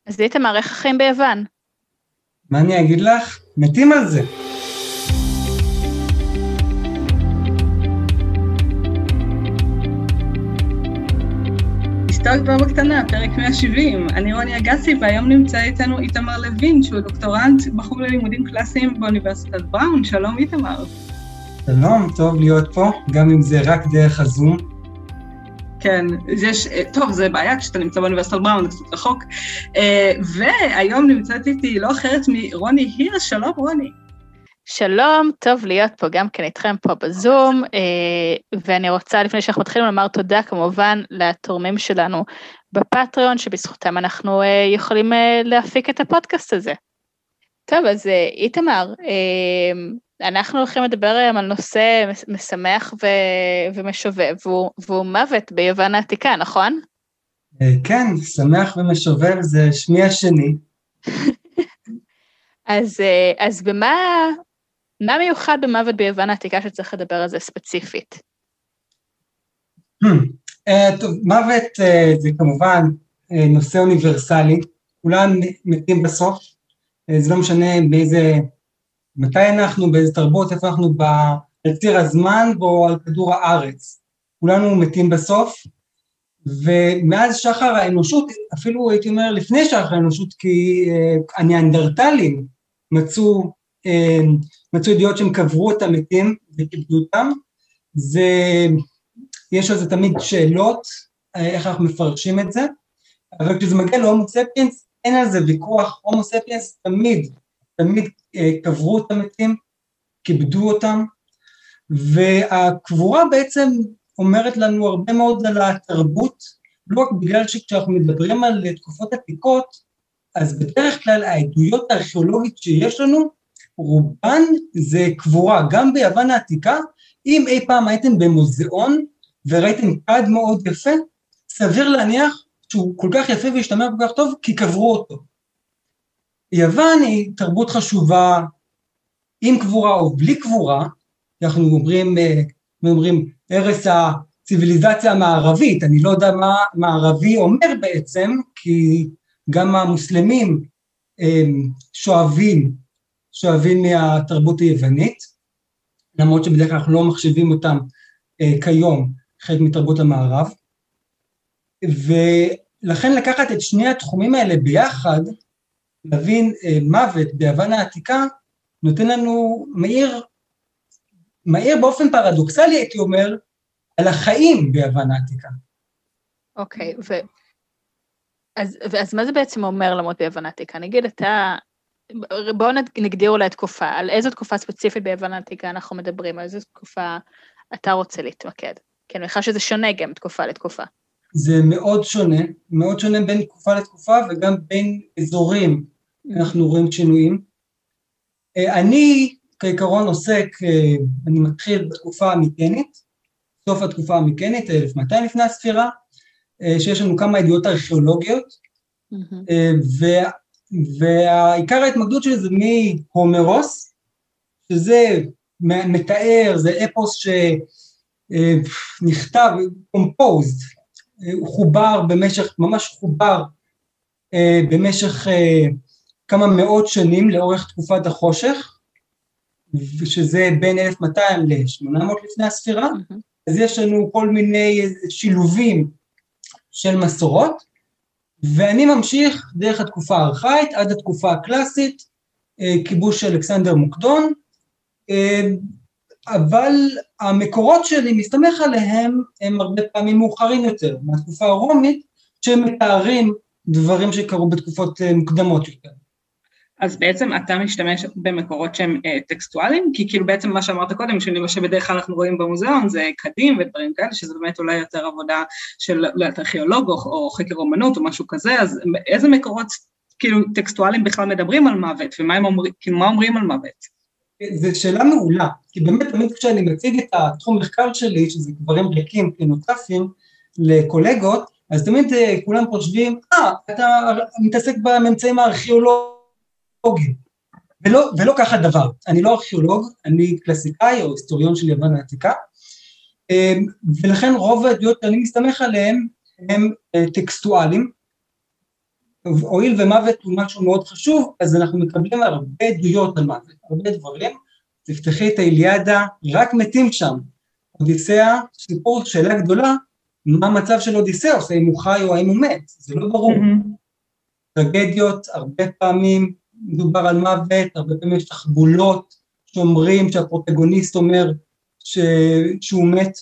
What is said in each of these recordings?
אז איתמר, איך החיים ביוון? מה אני אגיד לך? מתים על זה. היסטורית בבא קטנה, פרק 170. אני רוני אגסי, והיום נמצא איתנו איתמר לוין, שהוא דוקטורנט בחוג ללימודים קלאסיים באוניברסיטת בראון. שלום איתמר. שלום, טוב להיות פה, גם אם זה רק דרך הזום. כן, טוב, זה בעיה כשאתה נמצא באוניברסיטת בראון, זה קצת רחוק. והיום נמצאת איתי לא אחרת מרוני הירש. שלום רוני. שלום, טוב להיות פה גם כן איתכם פה בזום, ואני רוצה לפני שאנחנו מתחילים לומר תודה כמובן לתורמים שלנו בפטריון, שבזכותם אנחנו יכולים להפיק את הפודקאסט הזה. טוב, אז איתמר, אנחנו הולכים לדבר היום על נושא משמח ומשובב, והוא מוות ביוון העתיקה, נכון? כן, שמח ומשובב זה שמי השני. אז מה מיוחד במוות ביוון העתיקה שצריך לדבר על זה ספציפית? טוב, מוות זה כמובן נושא אוניברסלי, כולם מתים בסוף, זה לא משנה מתי אנחנו, באיזה תרבות, איפה אנחנו על ציר הזמן או על כדור הארץ, כולנו מתים בסוף, ומאז שחר האנושות, אפילו הייתי אומר לפני שחר האנושות, כי הניאנדרטלים מצאו ידיעות שהם קברו את המתים וכיבדו אותם, יש על זה תמיד שאלות, איך אנחנו מפרשים את זה, אבל כשזה מגיע להומו ספיאנס, אין על זה ויכוח, הומו ספיאנס תמיד קברו את המתים, כיבדו אותם, והקבורה בעצם אומרת לנו הרבה מאוד על התרבות, לא רק בגלל שכשאנחנו מדברים על תקופות עתיקות, אז בדרך כלל העדויות הארכיאולוגית שיש לנו, רובן זה קבורה, גם ביוון העתיקה, אם אי פעם הייתם במוזיאון, וראיתם קד מאוד יפה, סביר להניח שהוא כל כך יפה והשתמר כל כך טוב, כי קברו אותו. יוון היא תרבות חשובה, עם קבורה או בלי קבורה, אנחנו אומרים ערש הציביליזציה המערבית, אני לא יודע מה מערבי אומר בעצם, כי גם המוסלמים שואבים מהתרבות היוונית, למרות שבדרך כלל אנחנו לא מחשיבים אותם כיום, חלק מתרבות המערב, ולכן לקחת את שני התחומים האלה ביחד, להבין מוות ביוון העתיקה, נותן לנו מאיר באופן פרדוקסלי, הייתי אומר, על החיים ביוון העתיקה. אוקיי, אז מה זה בעצם אומר למות ביוון העתיקה? נגיד בואו נגדיר אולי תקופה, על איזו תקופה ספציפית ביוון העתיקה אנחנו מדברים, על איזו תקופה אתה רוצה להתמקד? כי אני מניחה שזה שונה גם תקופה לתקופה. זה מאוד שונה בין תקופה לתקופה, וגם בין אזורים אנחנו רואים שינויים. אני כעיקרון עוסק, אני מתחיל בתקופה המיקנית, סוף התקופה המיקנית, 1200 לפני הספירה, שיש לנו כמה עדויות ארכיאולוגיות, והעיקר ההתמקדות שלי זה מהומרוס, שזה מתאר, זה אפוס שנכתב, composed, הוא חובר במשך כמה מאות שנים לאורך תקופת החושך, שזה בין 1200 ל-800 לפני הספירה, אז יש לנו כל מיני שילובים של מסורות, ואני ממשיך דרך התקופה הארכאית עד התקופה הקלאסית, כיבוש אלכסנדר מוקדון, אבל המקורות שלי מסתמך עליהם הם הרבה פעמים מאוחרים יותר, מהתקופה הרומית, שהם מתארים דברים שקרו בתקופות מוקדמות יותר. אז בעצם אתה משתמש במקורות שהם טקסטואליים, כי כאילו בעצם מה שאמרת קודם, שבדרך כלל אנחנו רואים במוזיאון, זה קדים ודברים כאלה, שזה באמת אולי יותר עבודה של ארכיאולוג או חקר אומנות או משהו כזה, אז איזה מקורות כאילו טקסטואליים בכלל מדברים על מוות, ומה אומרים על מוות? זו שאלה מעולה, כי באמת תמיד כשאני מציג את התחום מחקר שלי, שזה דברים ריקים קלינוטרפיים לקולגות, אז תמיד כולם חושבים, אתה מתעסק בממצאים הארכיאולוגיים, ולא ככה דבר. אני לא ארכיאולוג, אני קלאסיקאי או היסטוריון של יוון העתיקה, ולכן רוב העדויות שאני מסתמך עליהם הם טקסטואליים, הואיל ומוות הוא משהו מאוד חשוב, אז אנחנו מקבלים הרבה עדויות על מוות, הרבה דברים. תפתחי את האיליאדה, רק מתים שם. אודיסאה, סיפור שאלה גדולה, מה המצב של אודיסאוס, האם הוא חי או האם הוא מת, זה לא ברור. טרגדיות, הרבה פעמים מדובר על מוות, הרבה פעמים יש תחבולות שאומרים שהפרוטגוניסט אומר שהוא מת,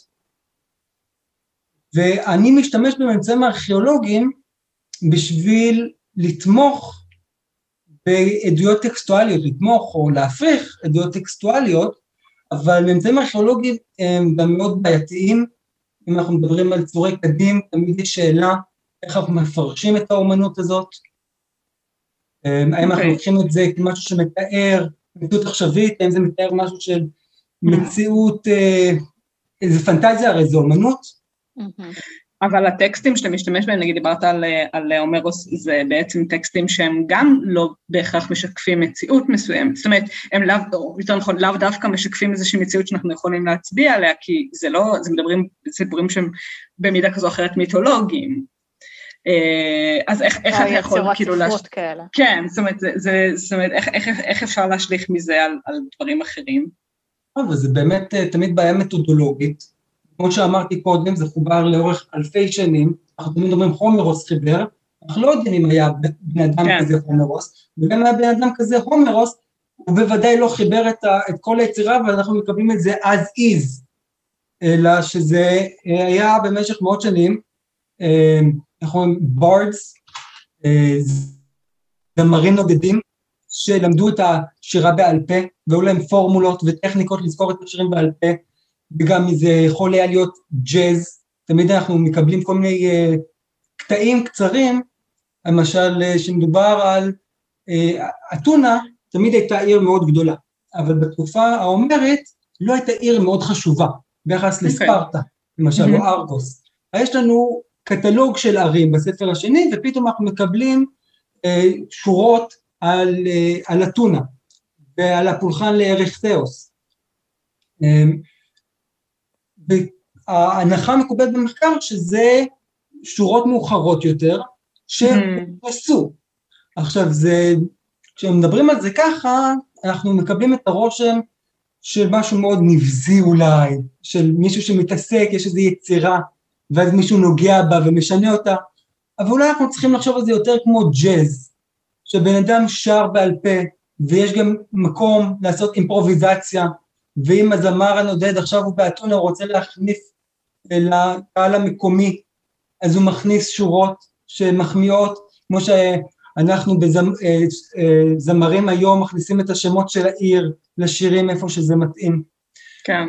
ואני משתמש בממצאים הארכיאולוגיים בשביל לתמוך בעדויות טקסטואליות, לתמוך או להפריך עדויות טקסטואליות, אבל ממצאים ארכיאולוגיים הם גם מאוד בעייתיים. אם אנחנו מדברים על צורי קדים, תמיד יש שאלה איך אנחנו מפרשים את האומנות הזאת, האם אנחנו לוקחים את זה כמשהו שמתאר מציאות עכשווית, האם זה מתאר משהו של מציאות, איזה פנטזיה, הרי זה אומנות. אבל הטקסטים שאתה משתמש בהם, נגיד דיברת על הומרוס, זה בעצם טקסטים שהם גם לא בהכרח משקפים מציאות מסוימת, זאת אומרת, הם יותר נכון, לאו דווקא משקפים איזושהי מציאות שאנחנו יכולים להצביע עליה, כי זה לא, זה מדברים סיפורים שהם במידה כזו או אחרת מיתולוגיים. אז איך אתה יכול כאילו כן, זאת אומרת, איך אפשר להשליך מזה על דברים אחרים? אבל זה באמת תמיד בעיה מתודולוגית, כמו שאמרתי קודם, זה חובר לאורך אלפי שנים, אנחנו תמיד אומרים הומרוס חיבר, אנחנו לא יודעים אם היה בן אדם כזה הומרוס, וגם היה בן אדם כזה הומרוס, הוא בוודאי לא חיבר את כל היצירה, ואנחנו מקבלים את זה as is, אלא שזה היה במשך מאות שנים, אנחנו אומרים ברדס, זמרים נודדים, שלמדו את השירה בעל פה, והיו להם פורמולות וטכניקות לזכור את השירים בעל פה, וגם זה יכול היה להיות ג'אז, תמיד אנחנו מקבלים כל מיני קטעים קצרים, למשל שמדובר על אתונה, תמיד הייתה עיר מאוד גדולה, אבל בתקופה ההומרית לא הייתה עיר מאוד חשובה, ביחס לספרטה, למשל, או ארגוס. יש לנו קטלוג של ערים בספר השני, ופתאום אנחנו מקבלים שורות על אתונה, ועל הפולחן לאריכתאוס. וההנחה מקובלת במחקר שזה שורות מאוחרות יותר, שהופסו. עכשיו כשמדברים על זה ככה, אנחנו מקבלים את הרושם של משהו מאוד נבזי אולי, של מישהו שמתעסק, יש איזו יצירה, ואז מישהו נוגע בה ומשנה אותה, אבל אולי אנחנו צריכים לחשוב על זה יותר כמו ג'אז, שבן אדם שר בעל פה, ויש גם מקום לעשות אימפרוביזציה, ואם הזמר הנודד עכשיו הוא באתונה, הוא רוצה להכניס לקהל המקומי, אז הוא מכניס שורות שמחמיאות, כמו שאנחנו בזמרים היום מכניסים את השמות של העיר לשירים איפה שזה מתאים. כן.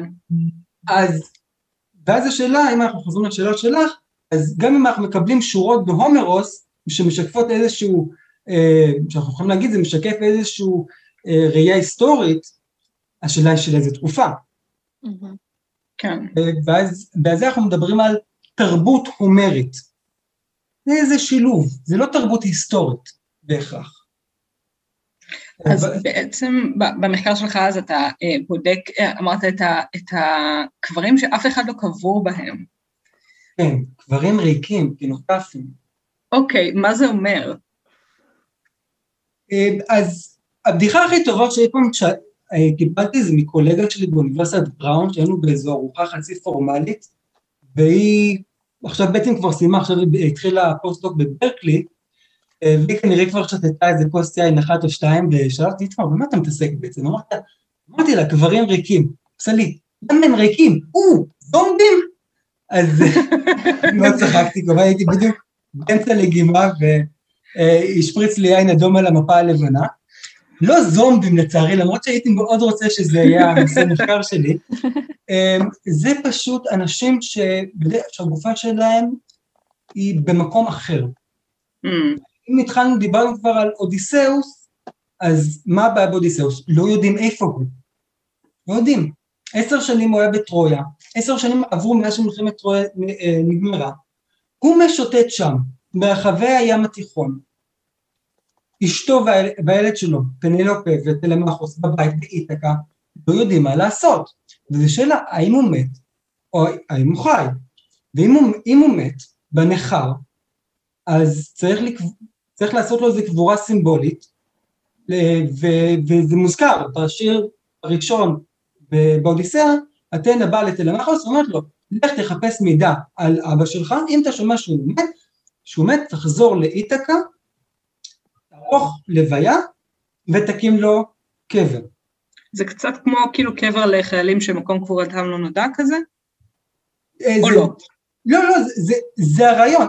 ואז השאלה, אם אנחנו חוזרים לשאלות שלך, אז גם אם אנחנו מקבלים שורות בהומרוס, שמשקפות איזשהו, שאנחנו יכולים להגיד, זה משקף איזשהו ראייה היסטורית, השאלה היא של איזו תקופה. כן. ואז אנחנו מדברים על תרבות הומרית. זה איזה שילוב, זה לא תרבות היסטורית בהכרח. אז בעצם במחקר שלך אז אתה בודק, אמרת את הקברים שאף אחד לא קבור בהם. כן, קברים ריקים, קינופטפים. אוקיי, מה זה אומר? אז הבדיחה הכי טובה שאי פעם קיבלתי את זה מקולגה שלי באוניברסיטת בראון, שהיינו באיזו ארוחה חצי פורמלית, והיא עכשיו בעצם כבר סיימה, עכשיו היא התחילה פוסט-דוק בברקלי, והיא כנראה כבר שתתה איזה כוס יין אחת או שתיים, ושאלתי, תשמע, במה אתה מתעסק בעצם? אמרתי לה, קברים ריקים, פסלית, למה הם ריקים? זומבים! אז מאוד צחקתי, כבר הייתי בדיוק באמצע לגימה, והשפריץ לי יין אדום על המפה הלבנה, לא זומבים לצערי, למרות שהייתי מאוד רוצה שזה יהיה הנושא מחקר שלי, זה פשוט אנשים שהגופה שלהם היא במקום אחר. אם התחלנו, דיברנו כבר על אודיסאוס, אז מה הבעיה באודיסאוס? לא יודעים איפה הוא. לא יודעים. 10 שנים הוא היה בטרויה, 10 שנים עברו מאז שמלחמת טרויה נגמרה. הוא משוטט שם, ברחבי הים התיכון. אשתו והילד שלו, פנלופה וטלמחוס בבית באיתקה, לא יודעים מה לעשות. וזו שאלה, האם הוא מת, או האם הוא חי? ואם הוא מת בנחר, אז צריך צריך לעשות לו איזו קבורה סימבולית, וזה מוזכר, בשיר הראשון באודיסאה, אתנה באה לטלמאכוס, ואומרת לו, לך תחפש מידע על אבא שלך, אם אתה שומע שהוא מת, תחזור לאיתקה, תערוך לוויה, ותקים לו קבר. זה קצת כמו כאילו קבר לחיילים שמקום קבורתם לא נודע כזה? או לא? לא, זה הרעיון,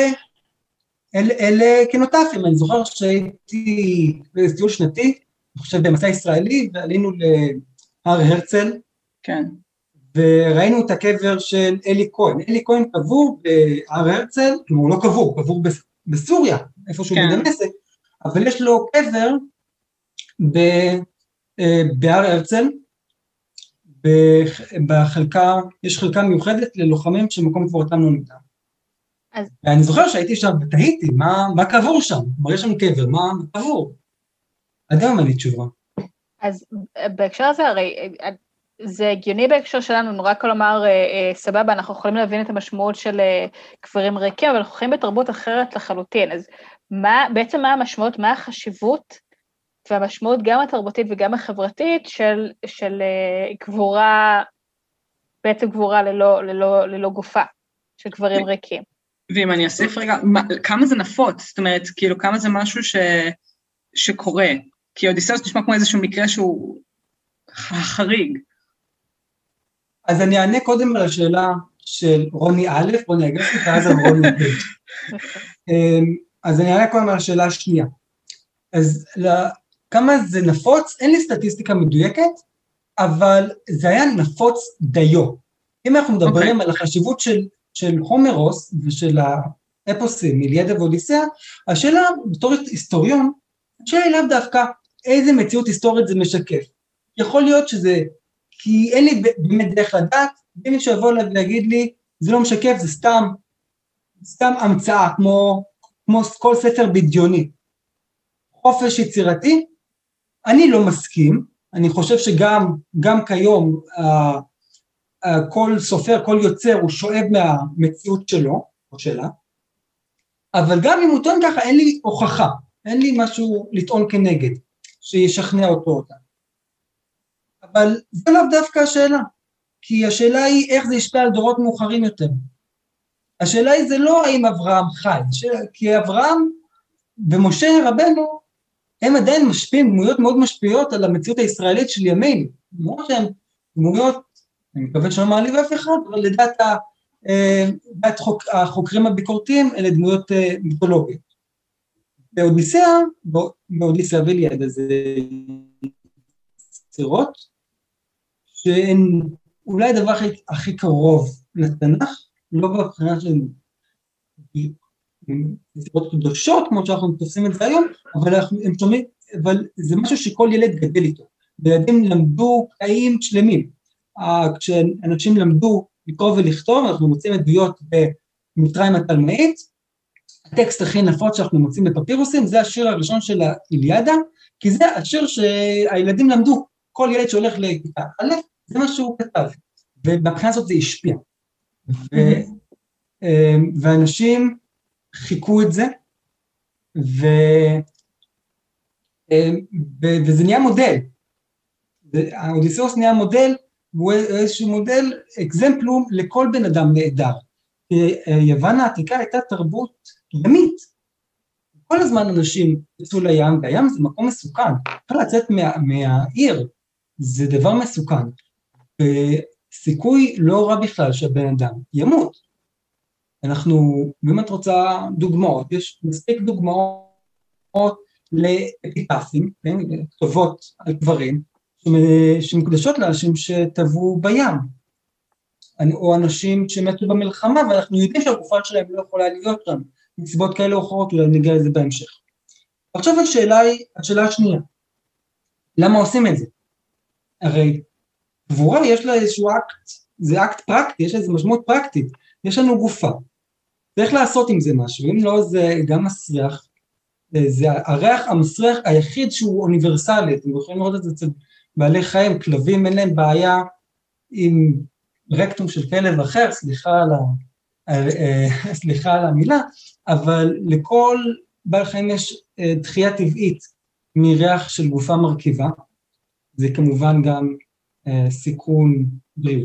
אלה קנוטפים, אני זוכר שהייתי בטיול שנתי, אני חושב במסע ישראלי, ועלינו להר הרצל, כן. וראינו את הקבר של אלי כהן, אלי כהן קבור בהר הרצל, כלומר הוא לא קבור, הוא קבור בסוריה, איפשהו בדמשק, אבל יש לו קבר בהר הרצל, יש חלקה מיוחדת ללוחמים שמקום קבורתם לא נודע. ואני זוכר שהייתי שם ותהיתי, מה קבור שם? כלומר יש שם קבר, מה קבור? עד היום אין לי תשובה. אז בהקשר הזה הרי, זה הגיוני בהקשר שלנו, נורא כל לומר, סבבה, אנחנו יכולים להבין את המשמעות של קברים ריקים, אבל אנחנו חיים בתרבות אחרת לחלוטין, אז בעצם מה המשמעות, מה החשיבות, והמשמעות גם התרבותית וגם החברתית של קבורה, בעצם קבורה ללא גופה, של קברים ריקים. ואם אני אוסיף רגע, כמה זה נפוץ? זאת אומרת, כאילו, כמה זה משהו שקורה? כי אודיסאוס נשמע כמו איזשהו מקרה שהוא חריג. אז אני אענה קודם על השאלה של רוני א', רוני אגסי, ואז על רוני ב'. אז אני אענה קודם על השאלה השנייה. אז כמה זה נפוץ, אין לי סטטיסטיקה מדויקת, אבל זה היה נפוץ דיו. אם אנחנו מדברים על החשיבות של הומרוס ושל האפוסים, איליאדה ואודיסאה, השאלה, בתור היסטוריון, השאלה היא לאו דווקא איזה מציאות היסטורית זה משקף. יכול להיות שזה, כי אין לי באמת דרך לדעת, אם מישהו יבוא להגיד לי, זה לא משקף, זה סתם המצאה, כמו כל ספר בדיוני. חופש יצירתי, אני לא מסכים, אני חושב שגם כיום, כל סופר, כל יוצר, הוא שואב מהמציאות שלו, או שלה, אבל גם אם הוא טוען ככה, אין לי הוכחה, אין לי משהו לטעון כנגד, שישכנע אותה. אבל זה לא דווקא השאלה, כי השאלה היא איך זה ישפיע על דורות מאוחרים יותר. השאלה היא זה לא האם אברהם חי, כי אברהם ומשה רבנו, הם עדיין משפיעים, דמויות מאוד משפיעות על המציאות הישראלית של ימינו, דמויות שהן דמויות, אני מקווה שלא מעליב אף אחד, אבל לדעת החוקרים הביקורתיים, אלה דמויות מיתולוגיות. באודיסאה ואיליאדה זה יצירות, שהן אולי הדבר הכי קרוב לתנ"ך, לא בבחינה של יצירות קדושות, כמו שאנחנו תופסים את זה היום, אבל זה משהו שכל ילד גדל איתו. וילדים למדו קטעים שלמים. כשאנשים למדו לקרוא ולכתוב, אנחנו מוצאים עדויות במצרים התלמאית, הטקסט הכי נפוץ שאנחנו מוצאים בפפירוסים, זה השיר הראשון של האיליאדה, כי זה השיר שהילדים למדו, כל ילד שהולך לכיתה א', זה מה שהוא כתב, ובבחינה הזאת זה השפיע. ואנשים חיכו את זה, וזה נהיה מודל, האודיסאוס נהיה מודל, והוא איזשהו מודל, אקזמפלום לכל בן אדם נהדר. יוון העתיקה הייתה תרבות ימית, כל הזמן אנשים יצאו לים, והים זה מקום מסוכן, אפשר לצאת מהעיר, זה דבר מסוכן, וסיכוי לא רע בכלל שהבן אדם ימות. אנחנו, אם את רוצה דוגמאות, יש מספיק דוגמאות לאפיטפים, כתובות על דברים, שמקדשות לאנשים שטבעו בים, או אנשים שמתו במלחמה, ואנחנו יודעים שהגופה שלהם לא יכולה להיות שם, מסיבות כאלה או אחרות, אולי ניגע לזה בהמשך. עכשיו השאלה השנייה, למה עושים את זה? הרי גבורה יש לה איזשהו אקט, זה אקט פרקטי, יש איזו משמעות פרקטית, יש לנו גופה, צריך לעשות עם זה משהו, אם לא זה גם מסריח, זה הריח המסריח היחיד שהוא אוניברסלי, אתם יכולים לראות את זה אצל בעלי חיים, כלבים אין להם בעיה עם רקטום של כלב אחר, סליחה על המילה, אבל לכל בעל חיים יש דחייה טבעית מריח של גופה מרכיבה, זה כמובן גם סיכון בריאות.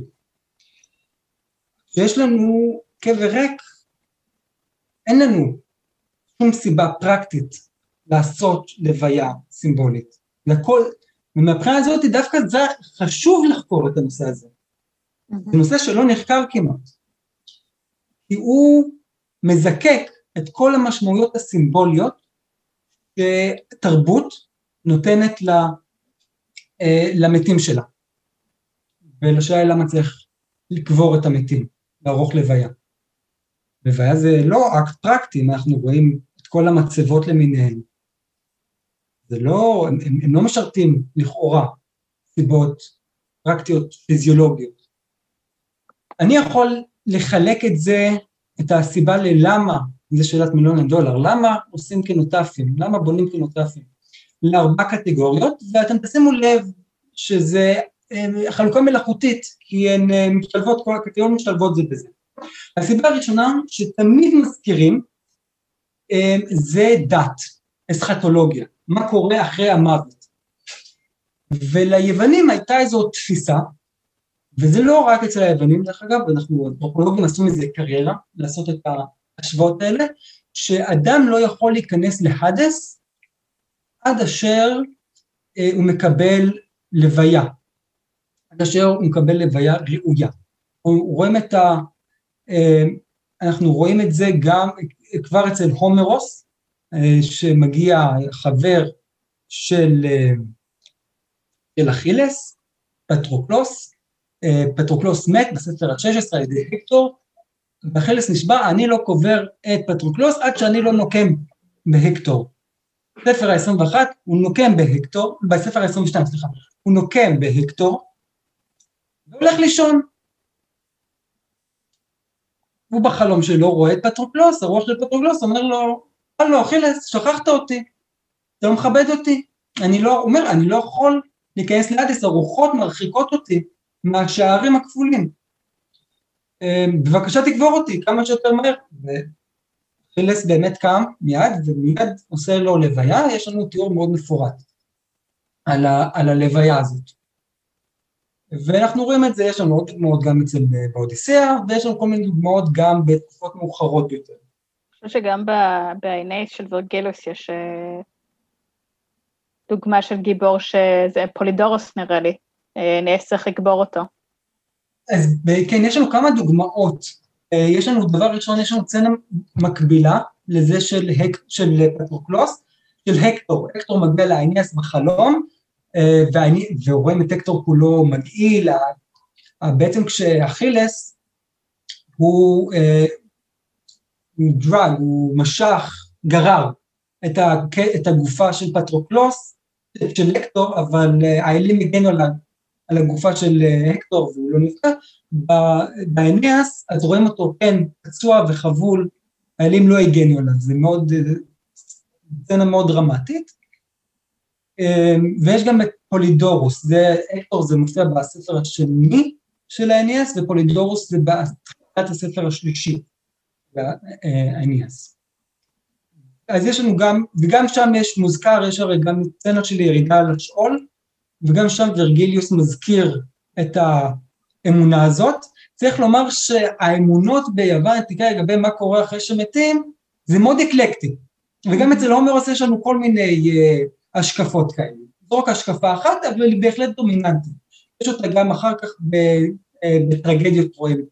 כשיש לנו קבר ריק, אין לנו שום סיבה פרקטית לעשות לוויה סימבולית. ומהבחינה הזאת דווקא זה חשוב לחקור את הנושא הזה. זה נושא שלא נחקר כמעט. כי הוא מזקק את כל המשמעויות הסימבוליות שתרבות נותנת למתים שלה. ולשאלה למה צריך לקבור את המתים, לערוך לוויה. לוויה זה לא אקט פרקטי, אנחנו רואים את כל המצבות למיניהם. זה לא, הם לא משרתים לכאורה סיבות פרקטיות פיזיולוגיות. אני יכול לחלק את הסיבה ללמה, זה שאלת $1,000,000, למה עושים קינוטפים, למה בונים קינוטפים, ל4 קטגוריות, ואתם תשימו לב שזה חלוקה מלאכותית, כי הן משתלבות, כל הקטגוריות משתלבות זה בזה. הסיבה הראשונה שתמיד מזכירים, זה דת, אסכטולוגיה, מה קורה אחרי המוות. וליוונים הייתה איזו תפיסה, וזה לא רק אצל היוונים, דרך אגב, אנחנו אנתרופולוגים עשו מזה קריירה, לעשות את ההשוואות האלה, שאדם לא יכול להיכנס להדס, עד אשר הוא מקבל לוויה, עד אשר הוא מקבל לוויה ראויה. אנחנו רואים את זה גם כבר אצל הומרוס, שמגיע חבר של אכילס, פטרוקלוס מת בספר ה-16 על ידי הקטור, ואכילס נשבע, אני לא קובר את פטרוקלוס עד שאני לא נוקם בהקטור. בספר ה-21 הוא נוקם בהקטור, בספר ה-22 סליחה, הוא נוקם בהקטור, והולך לישון. הוא בחלום שלו רואה את פטרוקלוס, הרוח של פטרוקלוס אומר לו, הלו אכילס, שכחת אותי, אתה לא מכבד אותי, אני לא יכול להיכנס להדס, הרוחות מרחיקות אותי מהשערים הכפולים, בבקשה תקבור אותי כמה שיותר מהר, ואכילס באמת קם מיד, ומיד עושה לו לוויה, יש לנו תיאור מאוד מפורט על הלוויה הזאת. ואנחנו רואים את זה, יש לנו עוד דוגמאות גם אצל באודיסאה, ויש לנו כל מיני דוגמאות גם בתקופות מאוחרות יותר. אני חושב שגם בעיני של ורגילוס יש דוגמה של גיבור שזה פולידורוס נראה לי, נצטרך לקבור אותו. אז כן, יש לנו כמה דוגמאות, יש לנו דבר ראשון, יש לנו סצנה מקבילה לזה של פטרוקלוס, של הקטור, הקטור מגיע לאיניאס בחלום, ורואים את הקטור כולו מגעיל, בעצם כשאכילס הוא דרג, הוא משך, גרר את הגופה של פטרוקלוס, של הקטור, אבל האלים הגנו על הגופה של הקטור והוא לא נפגע, באיניאס אז רואים אותו כן פצוע וחבול, האלים לא הגנו עליו, זה מאוד, סצנה מאוד דרמטית, ויש גם את פולידורוס, הקטור זה מופיע בספר השני של האיניאס, ופולידורוס זה בתחילת הספר השלישי, האיניאס. אז יש לנו גם, וגם שם יש מוזכר, יש הרי גם סצנה של ירידה על השאול, וגם שם ורגליוס מזכיר את האמונה הזאת. צריך לומר שהאמונות ביוון העתיקה לגבי מה קורה אחרי שמתים, זה מאוד אקלקטי, וגם אצל הומרוס יש לנו כל מיני השקפות כאלה. זו רק השקפה אחת, אבל היא בהחלט דומיננטית. יש אותה גם אחר כך בטרגדיות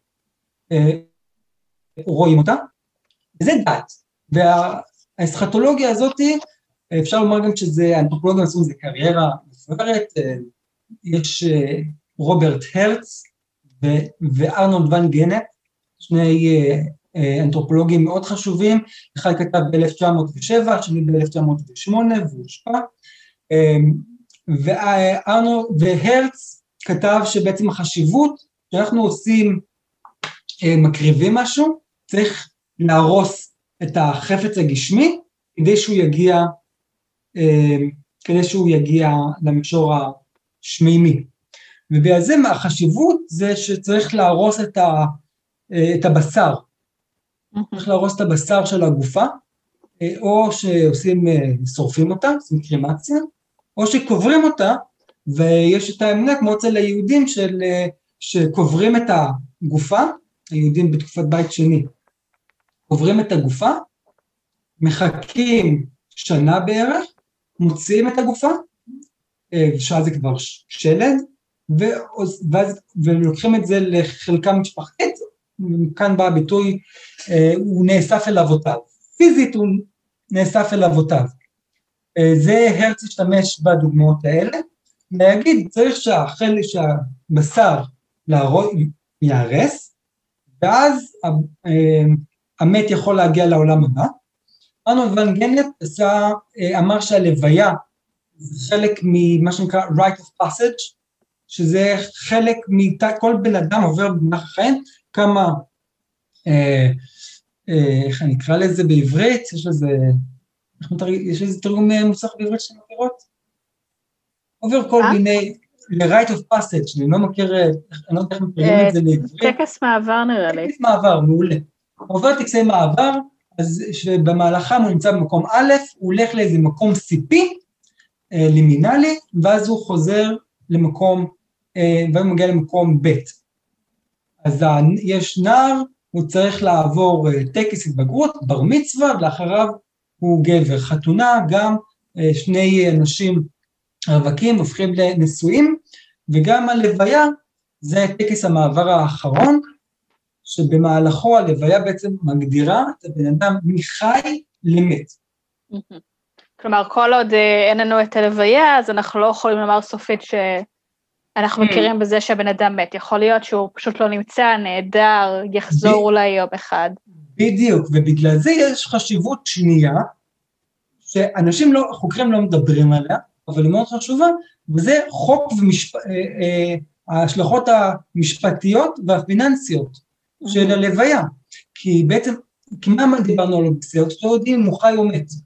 רואים אותה, וזה דת. והאסכטולוגיה הזאת, אפשר לומר גם שזה, האנתרופולוגים עשו זה קריירה מפוארת, יש רוברט הרץ וארנולד ון גנט, שני אנתרופולוגים מאוד חשובים, אחד כתב ב-1907, השני ב-1908, והוא הושפע, והרץ כתב שבעצם החשיבות שאנחנו עושים, מקריבים משהו, צריך להרוס את החפץ הגשמי, כדי שהוא יגיע למישור השמימי. ובעצם החשיבות זה שצריך להרוס את הבשר, צריך להרוס את הבשר של הגופה, או שעושים, שורפים אותה, עושים קרימציה, או שקוברים אותה, ויש את האמונה כמו אצל היהודים שקוברים את הגופה, היהודים בתקופת בית שני, קוברים את הגופה, מחכים שנה בערך, מוציאים את הגופה, ושעה זה כבר שלד, ולוקחים את זה לחלקה משפחתית, כאן בא הביטוי, הוא נאסף אל אבותיו, פיזית הוא נאסף אל אבותיו. זה הרץ השתמש בדוגמאות האלה, להגיד צריך שהבשר יערס, ואז המת יכול להגיע לעולם הבא. ארנולד ון גנט אמר שהלוויה זה חלק ממה שנקרא rite of passage, שזה חלק כל בן אדם עובר במהלך החיים, כמה, איך אני אקרא לזה בעברית, יש איזה תרגום מוסך בעברית שאתם מכירות? עובר כל מיני, ל-rite of passage, אני לא מכיר, אני לא יודע איך מתרגמים את זה לעברית. טקס מעבר נראה לי. טקס מעבר, מעולה. עובר טקסי מעבר, אז שבמהלכם הוא נמצא במקום א', הוא הולך לאיזה מקום סיפי, לימינלי, ואז הוא חוזר למקום, והוא מגיע למקום ב'. אז יש נער, הוא צריך לעבור טקס התבגרות, בר מצווה, ולאחריו הוא גבר. חתונה, גם שני אנשים רווקים הופכים לנשואים, וגם הלוויה, זה טקס המעבר האחרון, שבמהלכו הלוויה בעצם מגדירה את הבן אדם מחי למת. כלומר, כל עוד אין לנו את הלוויה, אז אנחנו לא יכולים לומר סופית שאנחנו מכירים בזה שהבן אדם מת. יכול להיות שהוא פשוט לא נמצא, נהדר, יחזור אולי יום אחד. בדיוק, ובגלל זה יש חשיבות שנייה, שאנשים לא, חוקרים לא מדברים עליה, אבל היא מאוד חשובה, וזה חוק ההשלכות המשפטיות והפיננסיות של הלוויה. כי בעצם, כמה דיברנו על אודיסאות, לא יודעים אם הוא חי או מת.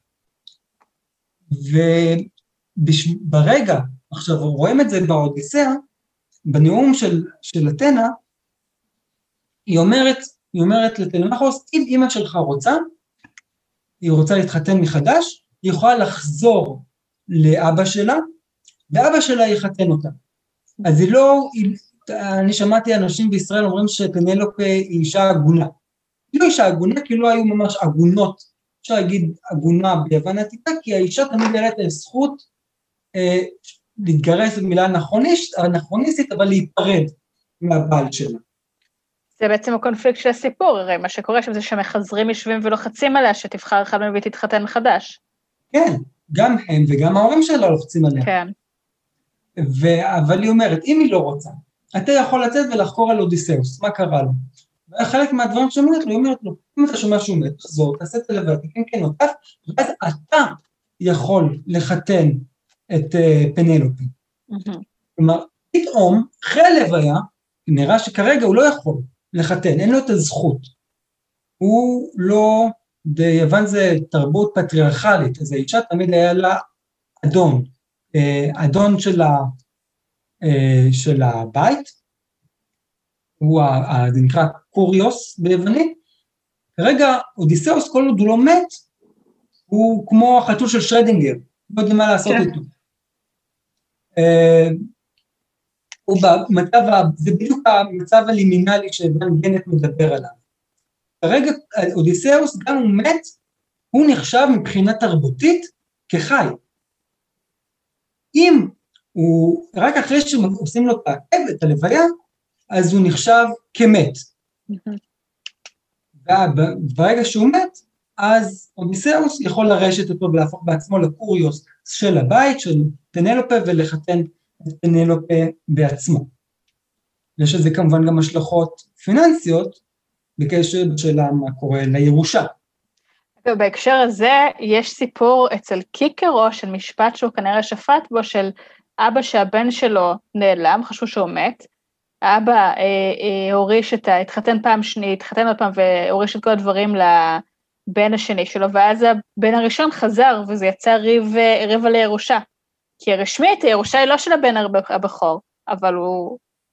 וברגע, עכשיו רואים את זה באודיסאה, בנאום של אתנה, היא אומרת לטלמחוס, אם אמא שלך רוצה, היא רוצה להתחתן מחדש, היא יכולה לחזור לאבא שלה, ואבא שלה יחתן אותה. אז היא לא, אני שמעתי אנשים בישראל אומרים שפנלופה היא אישה עגונה. היא לא אישה עגונה, כי לא היו ממש עגונות, אפשר להגיד עגונה ביוון העתיקה, כי האישה תמיד היה לה זכות להתגרש במילה אנכרוניסטית, אבל להיפרד מהבעל שלה. זה בעצם הקונפליקט של הסיפור, הרי מה שקורה שם זה שמחזרים יושבים ולוחצים עליה, שתבחר אחד מהם ותתחתן מחדש. כן, גם הם וגם ההורים שלה לוחצים עליה. כן. אבל היא אומרת, אם היא לא רוצה, אתה יכול לצאת ולחקור על אודיסאוס, מה קרה לו? וחלק מהדברים שאומרת לו, היא אומרת לו, אם אתה שומע שהוא מת, תחזור, תעשה את הלוויה, כן, אותך, ואז אתה יכול לחתן את פנלופי. כלומר, פתאום, אחרי הלוויה, נראה שכרגע הוא לא יכול לחתן, אין לו את הזכות. הוא לא, ביוון זה תרבות פטריארכלית, אז האישה תמיד היה לה אדון, אדון של הבית, זה נקרא קוריוס ביוונית, כרגע אודיסאוס כל עוד הוא לא מת, הוא כמו החתול של שרדינגר, לא יודע מה לעשות איתו. זה בדיוק המצב הלימינלי שוון גנט מדבר עליו. כרגע אודיסאוס גם הוא מת, הוא נחשב מבחינה תרבותית כחי. אם הוא, רק אחרי שעושים לו את הלוויה, אז הוא נחשב כמת. וברגע שהוא מת, אז אודיסאוס יכול לרשת אותו ולהפוך בעצמו לקוריוס של הבית, של פנלופה, ולחתן את פנלופה בעצמו. יש לזה כמובן גם השלכות פיננסיות, בקשר של מה קורה לירושה. בהקשר הזה, יש סיפור אצל קיקרו של משפט שהוא כנראה שפט בו, של אבא שהבן שלו נעלם, חשבו שהוא מת, האבא הוריש התחתן פעם שנית, התחתן עוד פעם והוריש את כל הדברים לבן השני שלו, ואז הבן הראשון חזר, וזה יצא ריב על הירושה. כי רשמית, הירושה היא לא של הבן הבכור, אבל הוא...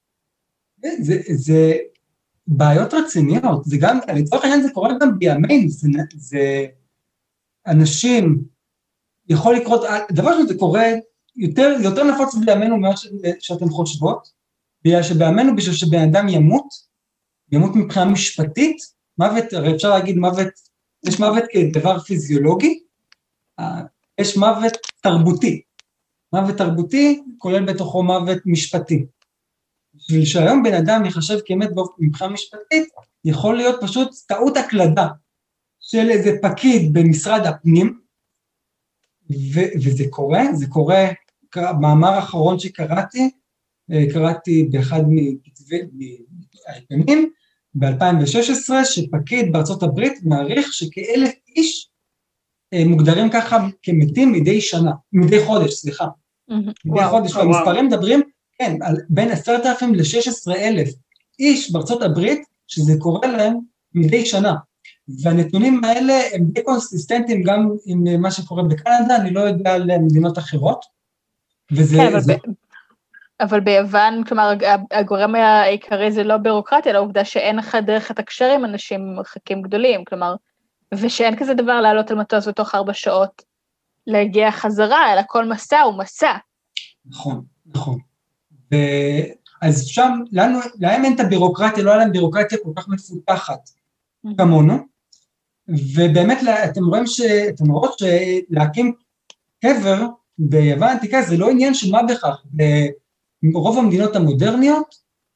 זה בעיות רציניות, זה גם, לצורך העניין זה קורה גם בימינו, אנשים, יכול לקרות, דבר שזה קורה יותר נפוץ בימינו ממה שאתם חושבות, בגלל שבימינו בשביל שבן אדם ימות מבחינה משפטית, מוות, הרי אפשר להגיד מוות, יש מוות כדבר פיזיולוגי, יש מוות תרבותי, מוות תרבותי כולל בתוכו מוות משפטי, בשביל שהיום בן אדם יחשב כמת מבחינה משפטית, יכול להיות פשוט טעות הקלדה, של איזה פקיד במשרד הפנים, וזה קורה, במאמר האחרון שקראתי, באחד העיתונים, ב-2016, שפקיד בארצות הברית מעריך שכ1,000 איש מוגדרים ככה כמתים מדי חודש, מדי חודש, והמספרים מדברים, כן, בין 10,000 ל-16,000 איש בארצות הברית, שזה קורה להם מדי שנה. והנתונים האלה הם די קונסיסטנטיים גם עם מה שקורה בקנדה, אני לא יודע על מדינות אחרות. כן, אבל ביוון, כלומר, הגורם העיקרי זה לא בירוקרטיה, אלא העובדה שאין לך דרך לתקשר עם אנשים מרחקים גדולים, כלומר, ושאין כזה דבר לעלות על מטוס בתוך 4 שעות, להגיע חזרה, אלא כל מסע הוא מסע. נכון. אז שם, להם אין את הבירוקרטיה, לא היה להם בירוקרטיה כל כך מפותחת כמונו, ובאמת אתם רואות שלהקים קבר ביוון העתיקה זה לא עניין של מה בכך, ברוב המדינות המודרניות,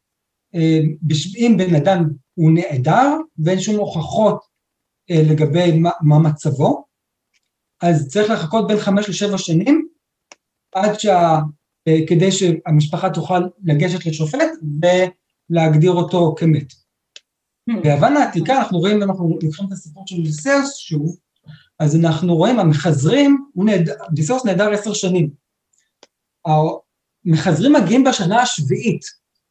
אם בן אדם הוא נעדר ואין שום הוכחות לגבי מה מצבו, אז צריך לחכות בין 5 ל7 שנים, כדי שהמשפחה תוכל לגשת לשופט ולהגדיר אותו כמת. ביוון העתיקה אנחנו רואים, אנחנו לוקחים את הסיפור של אודיסאוס שוב, אז אנחנו רואים המחזרים, אודיסאוס נעדר 10 שנים. המחזרים מגיעים בשנה השביעית.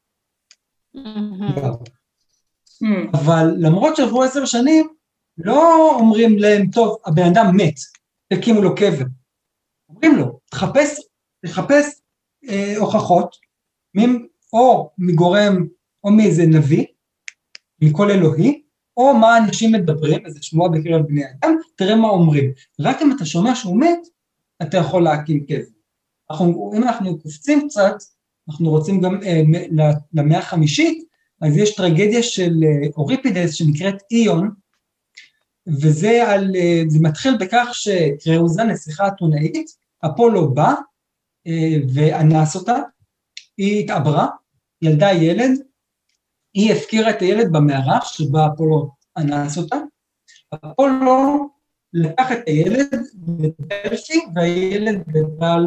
אבל למרות שעברו 10 שנים, לא אומרים להם, טוב, הבן אדם מת, תקימו לו קבר. אומרים לו, תחפש הוכחות, או מגורם, או מאיזה נביא, מכל אלוהי, או מה אנשים מדברים, איזה שמוע בקרב בני אדם, תראה מה אומרים. רק אם אתה שומע שהוא מת, אתה יכול להקים קבר. אם אנחנו קופצים קצת, אנחנו רוצים גם למאה החמישית, אז יש טרגדיה של אוריפידס שנקראת איון, וזה מתחיל בכך שקראוזה, נסיכה אתונאית, אפולו בא ואנס אותה, היא התעברה, ילדה ילד, היא הפקירה את הילד במערה שבה אפולו אנס אותה, אפולו לקח את הילד בדלפי, והילד גדל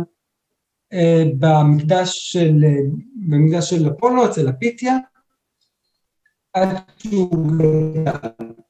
במקדש של אפולו, אצל הפיתיה, עד שהוא גדל.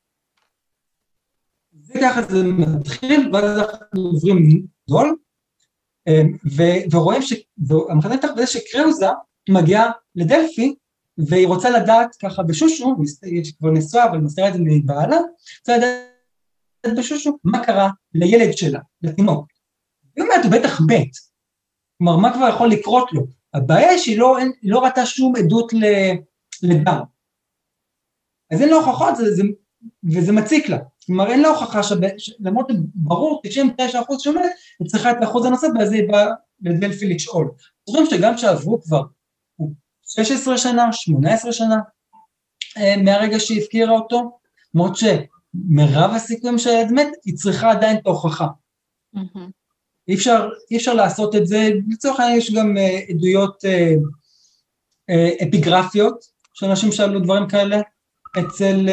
זה ככה זה מתחיל, ואז אנחנו עוברים דול, ורואים המחזרים תחת בזה שקראוזה מגיעה לדלפי, והיא רוצה לדעת ככה בשושו, יש כבר נשואה, אבל מסתרה את זה מבעלה, רוצה לדעת בשושו מה קרה לילד שלה, לתינוק. היא אומרת, הוא בטח מת, כלומר, מה כבר יכול לקרות לו? הבעיה שהיא לא ראתה שום עדות לדם. אז אין לה הוכחות, וזה מציק לה. כלומר, אין לה הוכחה, למרות ברור, 99% שאומרת, היא צריכה את האחוז הנוסף, ואז היא באה לדלפי לשאול. זוכרים שגם שעברו כבר 16 שנה, 18 שנה, מהרגע שהיא הפקירה אותו, למרות שמרב הסיכויים שהילד מת, היא צריכה עדיין את ההוכחה. אי אפשר לעשות את זה, לצורך העניין יש גם עדויות אפיגרפיות, שאנשים שאלו דברים כאלה, אצל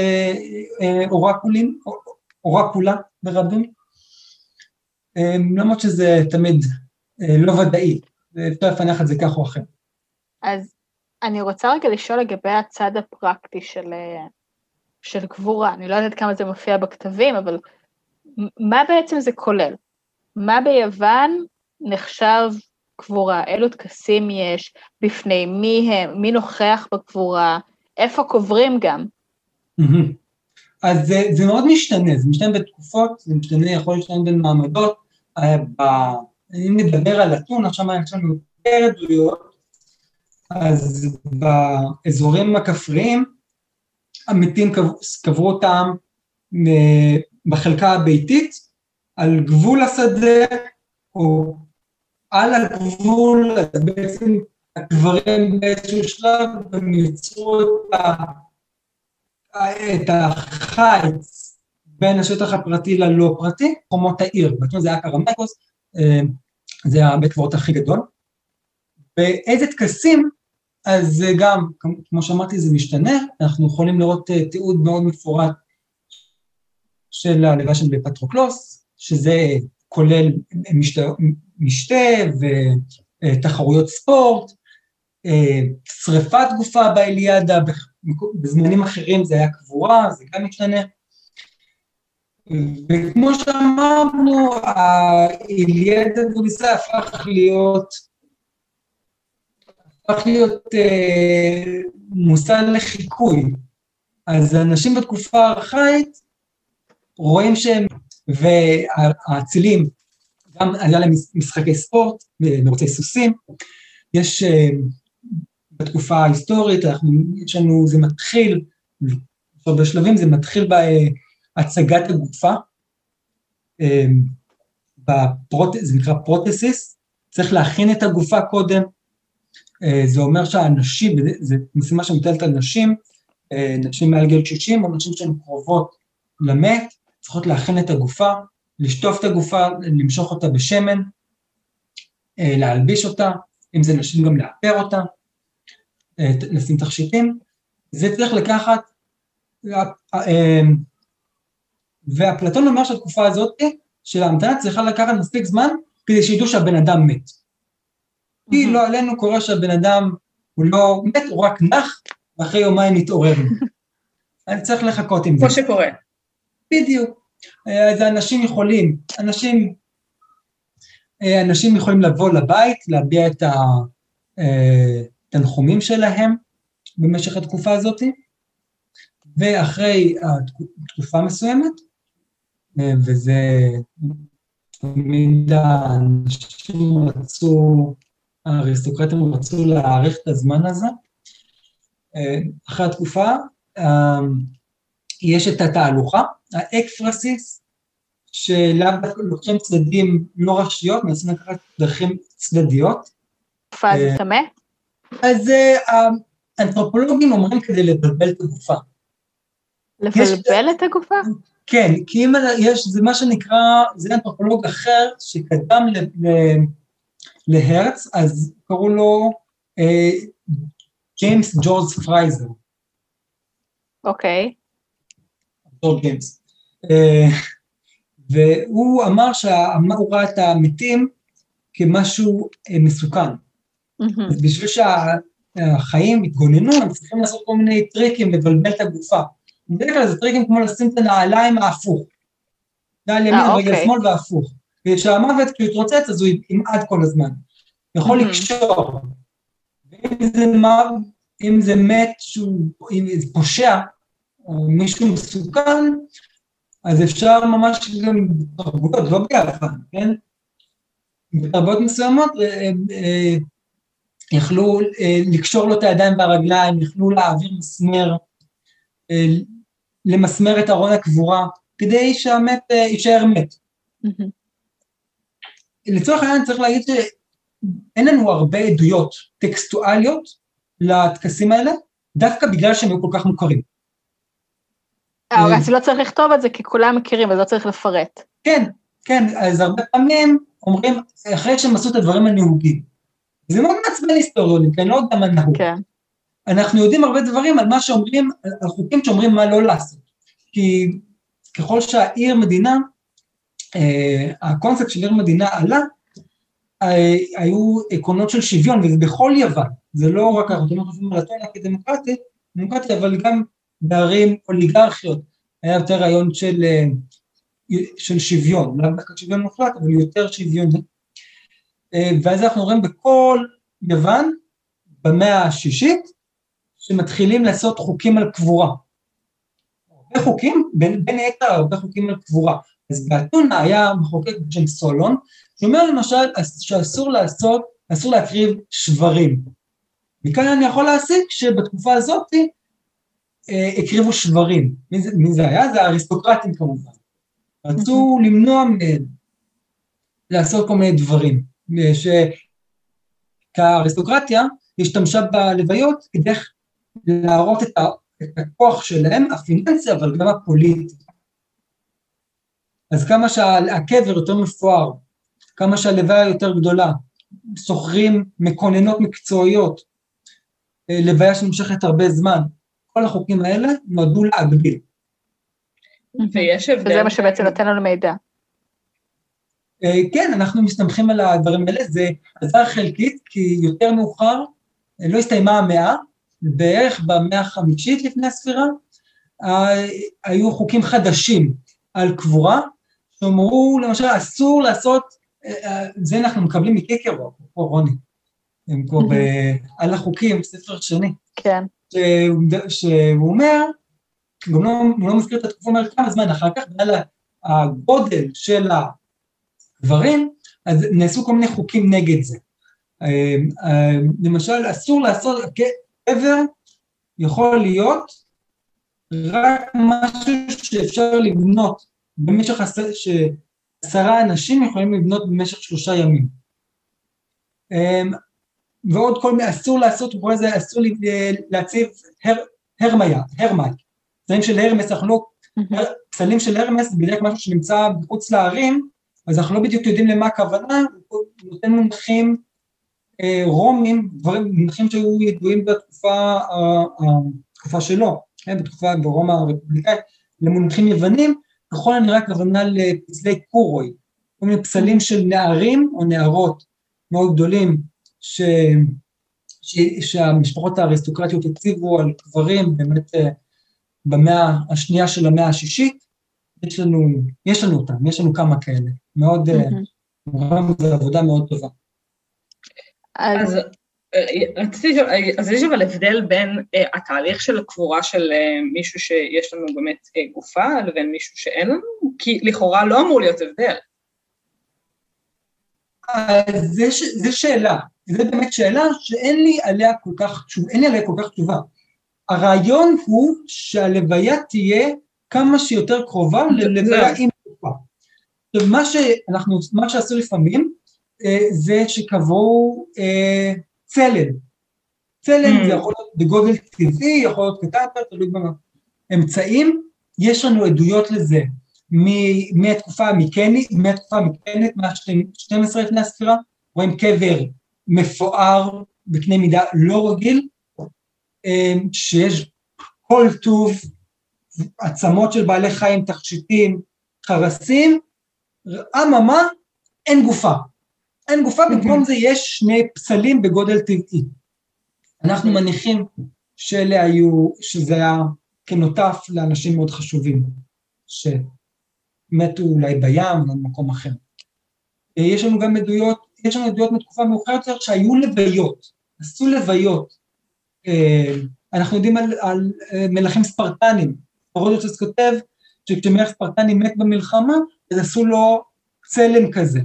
אורקולה ברבים, למרות שזה תמיד לא ודאי, אפשר לפענח את זה כך או אחר. אז אני רוצה רגע לשאול לגבי הצד הפרקטי של קבורה, אני לא יודעת כמה זה מופיע בכתבים, אבל מה בעצם זה כולל? מה ביוון נחשב קבורה? אילו טקסים יש? בפני מי הם? מי נוכח בקבורה? איפה קוברים גם? אז זה מאוד משתנה, זה משתנה בתקופות, זה משתנה, יכול להשתנה בין מעמדות, אם נדבר על אתונה, שם יש לנו יותר עדויות, אז באזורים הכפריים, המתים קברו אותם בחלקה הביתית, על גבול השדה, או על הגבול, אז בעצם הגברים באיזשהו שלב, הם יצרו את החיץ בין השטח הפרטי ללא פרטי, חומות העיר, בעצם זה היה קרמקוס, זה הבית קברות הכי גדול. באיזה טקסים, אז גם, כמו שאמרתי, זה משתנה, אנחנו יכולים לראות תיעוד מאוד מפורט של הלוויה של פטרוקלוס, שזה כולל משתה ותחרויות ספורט, שריפת גופה באיליאדה, בזמנים אחרים זה היה קבורה, זה גם משתנה. וכמו שאמרנו, האיליאדה ואודיסאה הפך להיות מושא לחיקוי. אז אנשים בתקופה הארכאית רואים שהם, והאצילים, גם היה להם משחקי ספורט, מרוצי סוסים, יש בתקופה ההיסטורית, יש לנו, זה מתחיל, בשלבים זה מתחיל בהצגת הגופה, זה נקרא פרוטסיס, צריך להכין את הגופה קודם, זה אומר שהאנשים, זה משימה שמוטלת על נשים, נשים מעל גיל 60, או נשים שהן קרובות למת, צריכות להכין את הגופה, לשטוף את הגופה, למשוך אותה בשמן, להלביש אותה, אם זה נשים גם לאפר אותה, לשים תכשיטים, זה צריך לקחת, ואפלטון אומר שהתקופה הזאת, של ההמתנה צריכה לקחת מספיק זמן, כדי שידעו שהבן אדם מת. כי לא עלינו קורה שהבן אדם הוא לא מת, הוא רק נח, ואחרי יומיים מתעורר. אני צריך לחכות עם זה. כמו שקורה. בדיוק. אז אנשים יכולים לבוא לבית, להביע את התנחומים שלהם במשך התקופה הזאת, ואחרי התקופה מסוימת, וזה תמיד האריסטוקרטים רצו להאריך את הזמן הזה, אחרי התקופה, יש את התהלוכה, האקפרסיס, שלאו דווקא לוקחים צדדים לא ראשיות, מנסים לקחת דרכים צדדיות. גופה זה טמא? אז האנתרופולוגים אומרים כדי לבלבל את הגופה. לבלבל את הגופה? כן, כי אם זה מה שנקרא, זה אנתרופולוג אחר שקדם להרץ, אז קראו לו ג'יימס ג'ורג' פרייזר. אוקיי. ג'ורג' ג'יימס. והוא אמר שהוא ראה את המתים כמשהו מסוכן. אז בשביל שהחיים יתגוננו, הם צריכים לעשות כל מיני טריקים לבלבל את הגופה. בדרך כלל זה טריקים כמו לשים את הנעליים ההפוך. נעל ימין, רגל שמאל והפוך. וכשהמוות כאילו יתרוצץ, אז הוא ימעד כל הזמן. יכול לקשור. אם זה מת, אם זה פושע, או מישהו מסוכן, אז אפשר ממש גם בתרבויות, לא ביחד, כן? בתרבויות מסוימות, יכלו לקשור לו את הידיים והרגליים, יכלו להעביר מסמר, למסמר את ארון הקבורה, כדי שהמת יישאר מת. לצורך העניין צריך להגיד שאין לנו הרבה עדויות טקסטואליות לטקסים האלה, דווקא בגלל שהם היו כל כך מוכרים. אז לא צריך לכתוב את זה, כי כולם מכירים, אז לא צריך לפרט. כן, כן, אז הרבה פעמים אומרים, אחרי שהם עשו את הדברים הנהוגים, זה מאוד מעצבן היסטוריונים, כי אני לא יודע מה נהוג. כן. אנחנו יודעים הרבה דברים על מה שאומרים, על חוקים שאומרים מה לא לעשות. כי ככל שהעיר מדינה, הקונספט של עיר מדינה עלה, היו עקרונות של שוויון, וזה בכל יוון, זה לא רק אנחנו חושבים על אתונה כדמוקרטיה, אבל גם בערים אוליגרכיות, היה יותר רעיון של שוויון, לא דווקא שוויון מוחלט, אבל יותר שוויון. ואז אנחנו רואים בכל יוון, במאה השישית, שמתחילים לעשות חוקים על קבורה. הרבה חוקים, בין היתר הרבה חוקים על קבורה. אז באתונה היה מחוקק בשם סולון, שאומר למשל שאסור להקריב שברים. מכאן אני יכול להסיק שבתקופה הזאת הקריבו שברים. מי זה היה? זה האריסטוקרטים כמובן. רצו למנוע מהם לעשות כל מיני דברים, שהאריסטוקרטיה השתמשה בלוויות כדי להראות את הכוח שלהם, הפיננסי, אבל גם הפוליטי. אז כמה שהקבר יותר מפואר, כמה שהלוויה יותר גדולה, סוחרים מקוננות מקצועיות, לוויה שנמשכת הרבה זמן, כל החוקים האלה נועדו להגביל. ויש הבדל. וזה מה שבעצם נותן לנו מידע. כן, אנחנו מסתמכים על הדברים האלה, זה עזר חלקית, כי יותר מאוחר, לא הסתיימה המאה, בערך במאה החמישית לפני הספירה, היו חוקים חדשים על קבורה, שאומרו, למשל, אסור לעשות, זה אנחנו מקבלים מקיקרו, פה רוני, הם פה על החוקים, ספר שני. כן. שהוא אומר, גם לא מזכיר את התקופה, אומר כמה זמן אחר כך, בגלל הגודל של הגברים, אז נעשו כל מיני חוקים נגד זה. למשל, אסור לעשות, קבר יכול להיות רק משהו שאפשר לבנות, במשך 10 אנשים יכולים לבנות במשך 3 ימים. ועוד כל מיני, אסור לעשות, הוא קורא לזה, אסור להציב הרמאי, פסלים של הרמס, אנחנו לא, פסלים של הרמס, בדרך משהו שנמצא בחוץ לערים, אז אנחנו לא בדיוק יודעים למה הכוונה, הוא נותן מונחים רומים, מונחים שהיו ידועים בתקופה שלו, בתקופה ברומא הרפובליקאית, למונחים יוונים, ככל הנראה הכוונה לפסלי קורוי, כל מיני פסלים של נערים או נערות מאוד גדולים, שהמשפחות האריסטוקרטיות הציבו על קברים, באמת במאה השנייה של המאה השישית, יש לנו אותם, יש לנו כמה כאלה, מאוד, זו עבודה מאוד טובה. אז יש אבל הבדל בין התהליך של הקבורה של מישהו שיש לנו באמת גופה, לבין מישהו שאין לנו, כי לכאורה לא אמור להיות הבדל. זה שאלה, זה באמת שאלה שאין לי עליה כל כך תשובה. הרעיון הוא שהלוויה תהיה כמה שיותר קרובה ללוויה עם גופה. מה שעשו לפעמים, זה שקבעו צלם. צלם זה יכול להיות בגודל טבעי, יכול להיות קטן, תלוי באמצעים, יש לנו עדויות לזה, מהתקופה המקנית, מה-12 לפני הספירה, רואים קבר מפואר בקנה מידה לא רגיל, שיש כל טוב, עצמות של בעלי חיים, תכשיטים, חרסים, אממה, אין גופה. אין גופה, במקום זה יש 2 פסלים בגודל טבעי. אנחנו מניחים שזה היה כנוטף לאנשים מאוד חשובים, שמתו אולי בים או במקום אחר. יש לנו גם עדויות מתקופה מאוחרת יותר שהיו לוויות, עשו לוויות. אנחנו יודעים על מלכים ספרטנים, הרודוטוס כותב שכשמלך ספרטני מת במלחמה, אז עשו לו צלם כזה.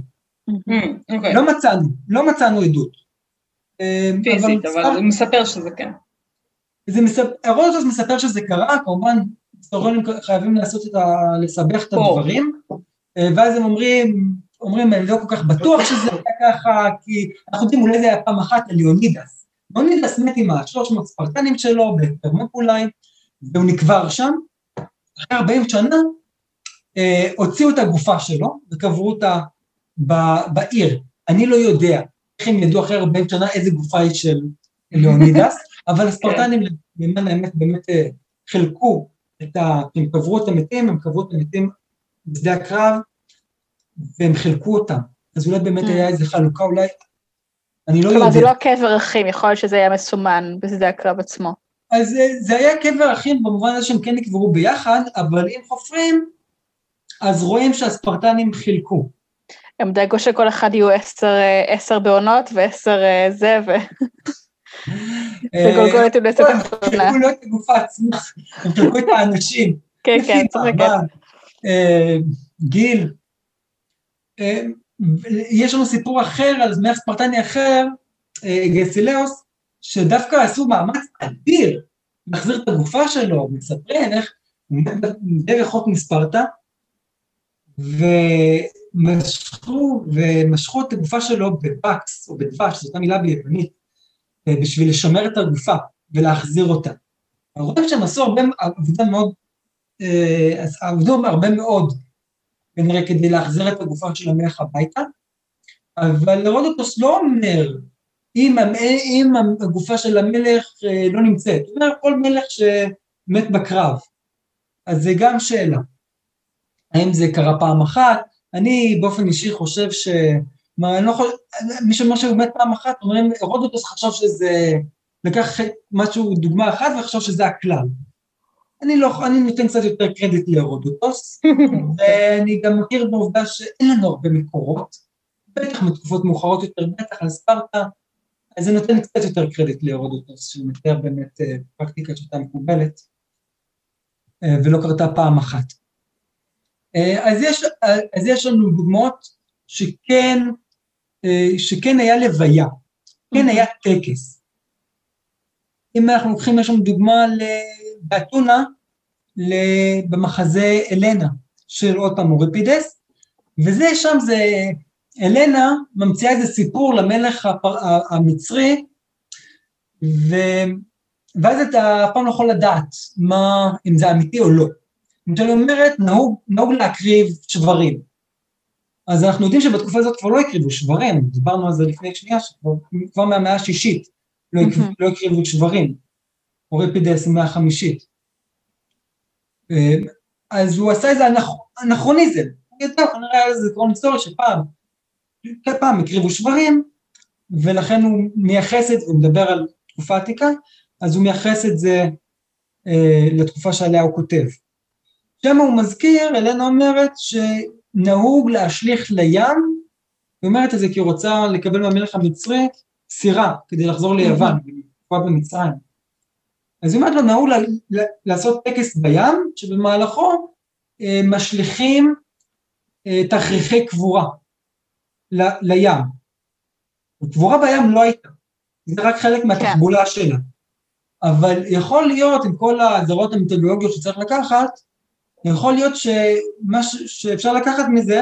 לא מצאנו עדות. פיזית, אבל הוא מספר שזה כן. הרודוטוס מספר שזה קרה, כמובן, היסטוריונים חייבים לסבך את הדברים, ואז הם אומרים, אני לא כל כך בטוח שזה היה ככה, כי אנחנו יודעים, אולי זה היה פעם אחת על ליאונידס. ליאונידס מת עם 300 ספרטנים שלו, בפרמופולי, והוא נקבר שם, אחרי 40 שנה, הוציאו את הגופה שלו, וקברו אותה בעיר. אני לא יודע איך הם ידעו אחרי 40 שנה איזה גופה היא של ליאונידס, אבל הספרטנים למען האמת באמת חילקו הם קברו את המתים, הם קברו את המתים בשדה הקרב, והם חילקו אותם. אז אולי באמת היה איזו חלוקה, אולי, אני לא יודע. כלומר, זה לא קבר אחים, יכול להיות שזה היה מסומן בשדה הקרב עצמו. אז זה היה קבר אחים, במובן הזה שהם כן נקברו ביחד, אבל אם חופרים, אז רואים שהספרטנים חילקו. הם דאגו שכל אחד יהיו 10 בעונות, ו10 זה, וגולגולת ולסת המתונה. חילקו לא את הגופה עצמה, הם חילקו את האנשים. כן, כן, צוחקת. גיל, יש לנו סיפור אחר על מלך ספרטני אחר, גסילאוס, שדווקא עשו מאמץ אדיר להחזיר את הגופה שלו, מספרים איך הוא די רחוק מספרטה, ומשכו את הגופה שלו בבקס, או בדבש, זאת המילה ביוונית, בשביל לשמר את הגופה ולהחזיר אותה. רואים שהם עשו עבדו הרבה מאוד, כנראה כדי להחזיר את הגופה של המלך הביתה, אבל הרודוטוס לא אומר, אם הגופה של המלך לא נמצאת, הוא אומר כל מלך שמת בקרב, אז זה גם שאלה. האם זה קרה פעם אחת? אני באופן אישי חושב מי שאומר שהוא מת פעם אחת, אומרים, הרודוטוס חשב שזה, לקח משהו, דוגמה אחת, וחשב שזה הכלל. אני נותן קצת יותר קרדיט להרודוטוס, ואני גם מכיר בעובדה שאין לנו הרבה מקורות, בטח מתקופות מאוחרות יותר, בטח על ספרטה, אז זה נותן קצת יותר קרדיט להרודוטוס, שמתאר באמת פרקטיקה שאתה מקובלת, ולא קרתה פעם אחת. אז יש לנו דוגמאות שכן היה לוויה, כן היה טקס. אם אנחנו לוקחים, יש לנו דוגמה באתונה, במחזה אלנה, של עוד פעם אוריפידס, וזה שם זה, אלנה ממציאה איזה סיפור למלך המצרי, ואז אתה פעם לא יכול לדעת אם זה אמיתי או לא. אני אומרת, נהוג להקריב שברים. אז אנחנו יודעים שבתקופה הזאת כבר לא הקריבו שברים, דיברנו על זה לפני שנייה, כבר מהמאה השישית לא הקריבו שברים, אוריפידס מהמאה החמישית. אז הוא עשה איזה אנכרוניזם, כנראה היה איזה זיכרון היסטורי שפעם הקריבו שברים, ולכן הוא מייחס את, הוא מדבר על תקופה עתיקה, אז הוא מייחס את זה לתקופה שעליה הוא כותב. שם הוא מזכיר, אלנה אומרת שנהוג להשליך לים, היא אומרת את זה כי הוא רוצה לקבל מהמלך המצרי סירה, כדי לחזור ליוון, במצרים. אז היא אומרת לו, נהוג לעשות טקס בים, שבמהלכו משליכים תכריכי קבורה לים. קבורה בים לא הייתה, זה רק חלק מהתחבולה שלה. אבל יכול להיות, עם כל הזרות המיתולוגיות שצריך לקחת, יכול להיות שאפשר לקחת מזה,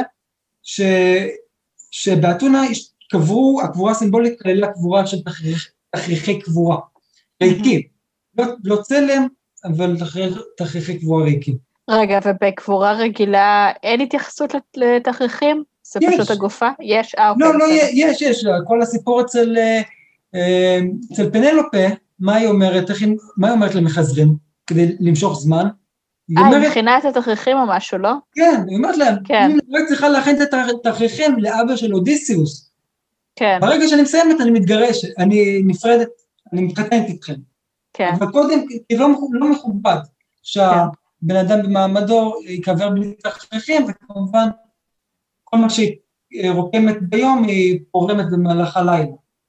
שבאתונה הקבורה הסימבולית כללה קבורה של תכריכי קבורה, ריקים, לא צלם, אבל תכריכי קבורה ריקים. רגע, ובקבורה רגילה אין התייחסות לתכריכים? זה פשוט הגופה? יש? לא, יש, כל הסיפור אצל פנלופה, מה היא אומרת למחזרים, כדי למשוך זמן? מבחינת התכריכים או משהו, לא? כן, היא אומרת להם, אני רק צריכה להכין את התכריכים לאבא של אודיסיוס. כן. ברגע שאני מסיימת, אני מתגרשת, אני נפרדת, אני מתחתנת איתכם. כן. אבל קודם, כי לא מכובד, שהבן אדם במעמדו יקבר בלי תכריכים, וכמובן, כל מה שהיא רוקמת ביום, היא פורמת במהלך הלילה.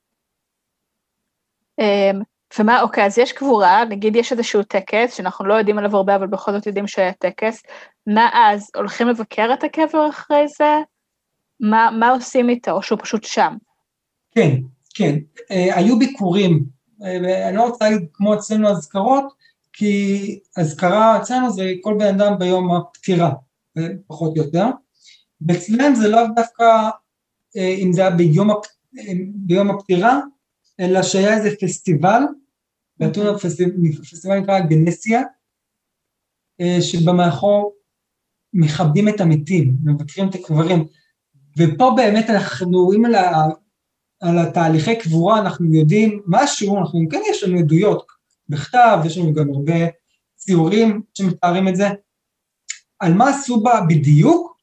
ומה, אוקיי, אז יש קבורה, נגיד יש איזשהו טקס, שאנחנו לא יודעים עליו הרבה, אבל בכל זאת יודעים שהיה טקס, מה אז, הולכים לבקר את הקבר אחרי זה? מה עושים איתו, או שהוא פשוט שם? כן, כן, היו ביקורים, אני לא רוצה להגיד כמו אצלנו הזכרות, כי הזכרה אצלנו זה כל בן אדם ביום הפטירה, פחות או יותר, ואצלם זה לא דווקא, אם זה היה ביום הפטירה, אלא שהיה איזה פסטיבל, באתונה פסטיבל נקרא גנסיה, שבמאחור מכבדים את המתים, מבקרים את הקברים, ופה באמת אנחנו רואים על התהליכי קבורה, אנחנו יודעים משהו, כן יש לנו עדויות בכתב, יש לנו גם הרבה ציורים שמתארים את זה, על מה עשו בה בדיוק,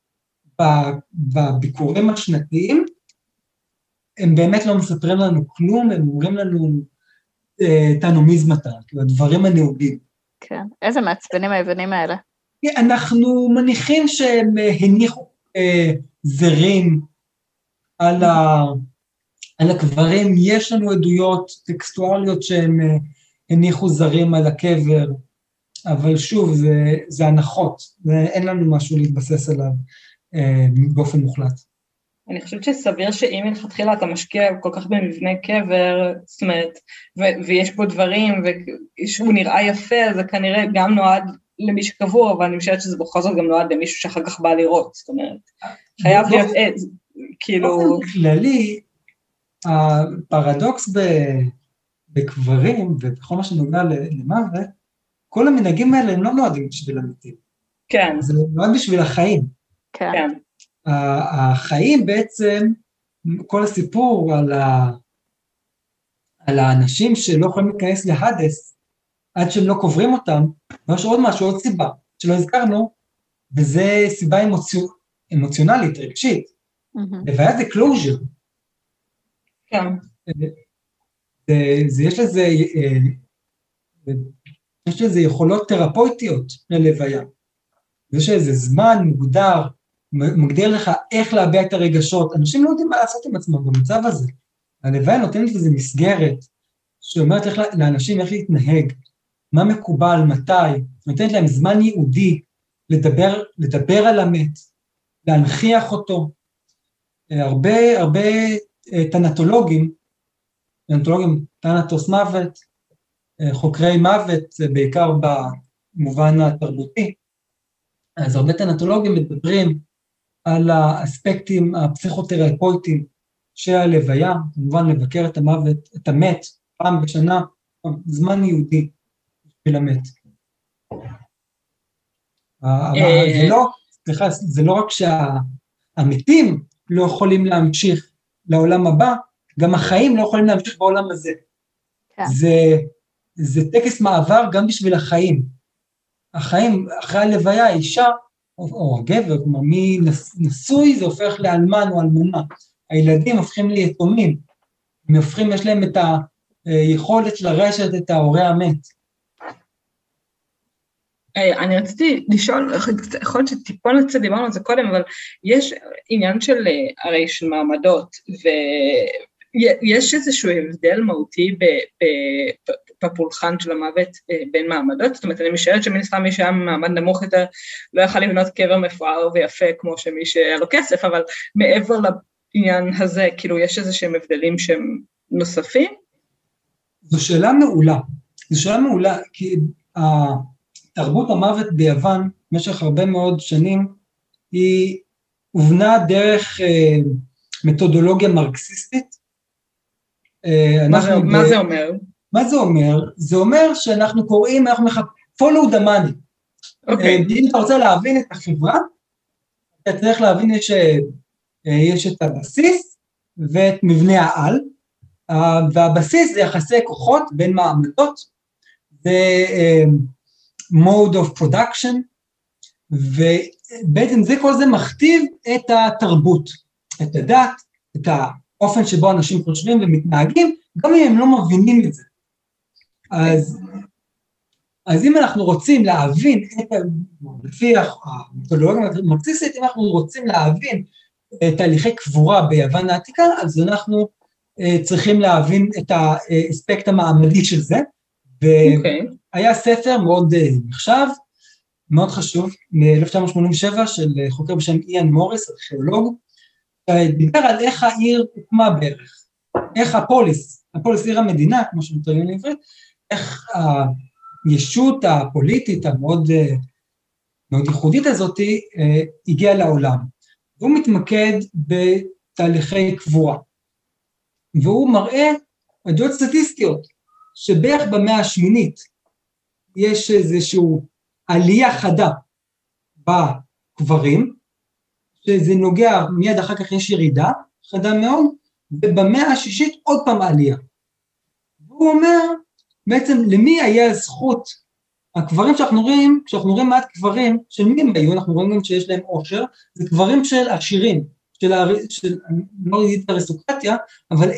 בביקורים השנתיים, הם באמת לא מספרים לנו כלום, הם אומרים לנו תנומיזמטה, הדברים הנהוגים. כן, איזה מעצבנים היוונים האלה. אנחנו מניחים שהם הניחו זרים על הקברים, יש לנו עדויות טקסטואליות שהם הניחו זרים על הקבר, אבל שוב, זה הנחות, ואין לנו משהו להתבסס עליו באופן מוחלט. אני חושבת שסביר שאם מלכתחילה אתה משקיע כל כך במבנה קבר, זאת אומרת, ויש בו דברים, ושהוא נראה יפה, זה כנראה גם נועד למי שקבור, אבל אני חושבת שזה בכל זאת גם נועד למישהו שאחר כך בא לראות, זאת אומרת, חייב להיות עז, כאילו... באופן כללי, הפרדוקס בקברים, ובכל מה שנוגע למוות, כל המנהגים האלה הם לא נועדים בשביל המתים. כן. זה נועד בשביל החיים. כן. החיים בעצם, כל הסיפור על האנשים שלא יכולים להיכנס להדס, עד שהם לא קוברים אותם, ויש עוד משהו, עוד סיבה, שלא הזכרנו, וזה סיבה אמוציונלית, רגשית. לוויה זה closure. כן. יש לזה יכולות תרפויטיות ללוויה. יש איזה זמן מגדיר לך איך להביע את הרגשות. אנשים לא יודעים מה לעשות עם עצמם במצב הזה. הלוויה נותנת לזה מסגרת, שאומרת לאנשים איך להתנהג, מה מקובל, מתי, נותנת להם זמן ייעודי, לדבר על המת, להנכיח אותו. הרבה תנטולוגים, תנטוס מוות, חוקרי מוות, בעיקר במובן התרבותי, אז הרבה תנטולוגים מדברים על האספקטים הפסיכותרפויטיים של הלוויה, כמובן לבקר את המוות, את המת, פעם בשנה, זמן יהודי של המת. זה לא רק שהמתים לא יכולים להמשיך לעולם הבא, גם החיים לא יכולים להמשיך בעולם הזה. זה טקס מעבר גם בשביל החיים. החיים, אחרי הלוויה, האישה, או הגבר, כלומר, מי נשוי, זה הופך לאלמן או אלמנה. הילדים הופכים ליתומים. יש להם את היכולת לרשת את ההורה המת. אני רציתי לשאול, יכול להיות שטיפול קצת דיברנו על זה קודם, אבל יש עניין הרי של מעמדות, ויש איזשהו הבדל מהותי בפולחן של המוות בין מעמדות, זאת אומרת, אני משערת שמן סתם מי שהיה מעמד נמוך יותר, לא יכל לבנות קבר מפואר ויפה כמו שמי שהיה לו כסף, אבל מעבר לעניין הזה, כאילו יש איזשהם הבדלים שהם נוספים? זו שאלה מעולה, כי תרבות המוות ביוון, במשך הרבה מאוד שנים, היא הובנה דרך מתודולוגיה מרקסיסטית. מה זה אומר? מה זה אומר? זה אומר שאנחנו קוראים, follow the money. אם אתה רוצה להבין את החברה, אתה צריך להבין יש את הבסיס ואת מבנה העל, והבסיס זה יחסי כוחות בין מעמדות, זה mode of production, ובעצם כל זה מכתיב את התרבות, את הדת, את האופן שבו אנשים חושבים ומתנהגים, גם אם הם לא מבינים את זה. אז אם אנחנו רוצים להבין, לפי המתודולוגיה המרקסיסטית, אם אנחנו רוצים להבין תהליכי קבורה ביוון העתיקה, אז אנחנו צריכים להבין את האספקט המעמדי של זה, והיה ספר מאוד נחשב, מאוד חשוב, מ-1987 של חוקר בשם איאן מוריס, ארכיאולוג, דיבר על איך העיר הוקמה בערך, איך הפוליס עיר המדינה, כמו שמתרגם לעברית, איך הישות הפוליטית המאוד ייחודית הזאת הגיעה לעולם. והוא מתמקד בתהליכי קבורה, והוא מראה עדויות סטטיסטיות, שבערך במאה השמינית יש איזושהי עלייה חדה בקברים, שזה נוגע, מיד אחר כך יש ירידה חדה מאוד, ובמאה השישית עוד פעם עלייה. והוא אומר, בעצם למי היה זכות, הקברים שאנחנו רואים, כשאנחנו רואים מעט קברים, של מי הם היו, אנחנו רואים גם שיש להם עושר, זה קברים של עשירים, לא אגיד אריסטוקרטיה, אבל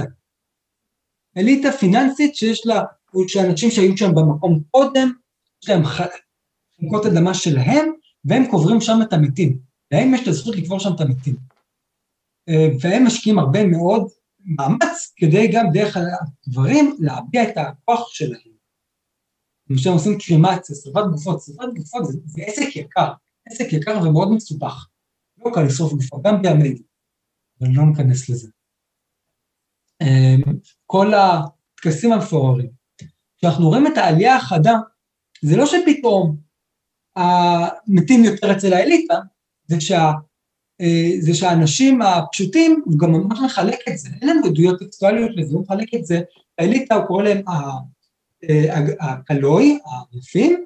אליטה פיננסית שיש לה, שאנשים שהיו שם במקום קודם, יש להם חלקות אדמה שלהם, והם קוברים שם את המתים, להם יש את הזכות לקבור שם את המתים. והם משקיעים הרבה מאוד מאמץ, כדי גם דרך הקברים להביע את הכוח שלהם. למשל עושים קרימציה, שרפת גופות זה עסק יקר ומאוד מסובך. לא קל לשרוף גופה, גם בימינו, אבל לא ניכנס לזה. כל הטקסים המפוארים, כשאנחנו רואים את העלייה החדה, זה לא שפתאום המתים יותר אצל האליטה, זה שהאנשים הפשוטים, הוא גם ממש מחלק את זה, אין לנו עדויות טקסטואליות לזה, הוא מחלק את זה, האליטה הוא קורא להם הקלוי, היפים,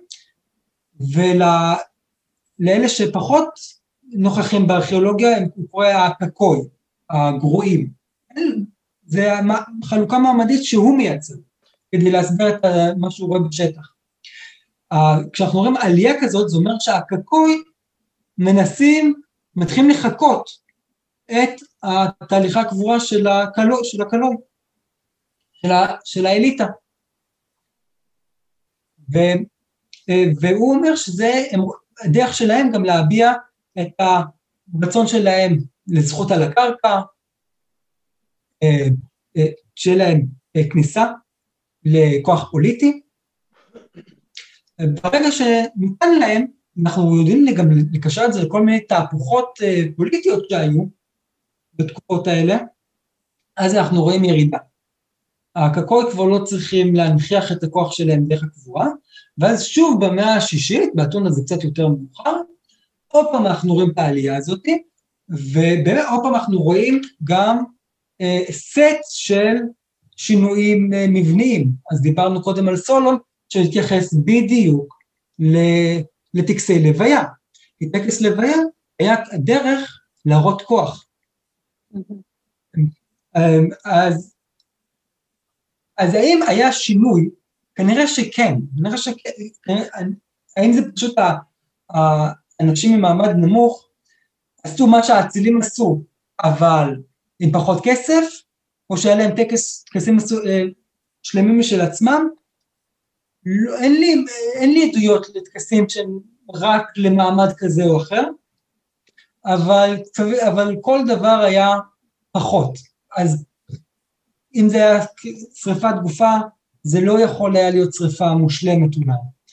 ולאלה שפחות נוכחים בארכיאולוגיה, הוא קורא הקקוי, הגרועים. זה חלוקה מעמדית שהוא מייצר, כדי להסבר את מה שהוא רואה בשטח. כשאנחנו רואים עלייה כזאת, זה אומר שהקקוי מתחילים לחכות את התהליכה הקבורה של הקלוי, של האליטה. והוא אומר שזה הדרך שלהם גם להביע את הרצון שלהם לזכות על הקרקע, שיהיה להם כניסה לכוח פוליטי. ברגע שניתן להם, אנחנו יודעים גם לקשר את זה לכל מיני תהפוכות פוליטיות שהיו בתקופות האלה, אז אנחנו רואים ירידה. הקקוי כבר לא צריכים להנכיח את הכוח שלהם דרך הקבורה, ואז שוב במאה השישית, באתון הזה קצת יותר מאוחר, עוד פעם אנחנו רואים את העלייה הזאת, ובאמת עוד פעם אנחנו רואים גם סט של שינויים מבניים. אז דיברנו קודם על סולון, שהתייחס בדיוק לטקסי לוויה. כי טקס לוויה היה דרך להראות כוח. אז האם היה שינוי? כנראה שכן. האם זה פשוט האנשים ממעמד נמוך עשו מה שהאצילים עשו, אבל עם פחות כסף, או שהיה להם טקסים שלמים משל עצמם? לא, אין לי עדויות לטקסים שהם רק למעמד כזה או אחר, אבל כל דבר היה פחות. אז אם זה היה שריפת גופה, זה לא יכול היה להיות שריפה מושלמת אולי.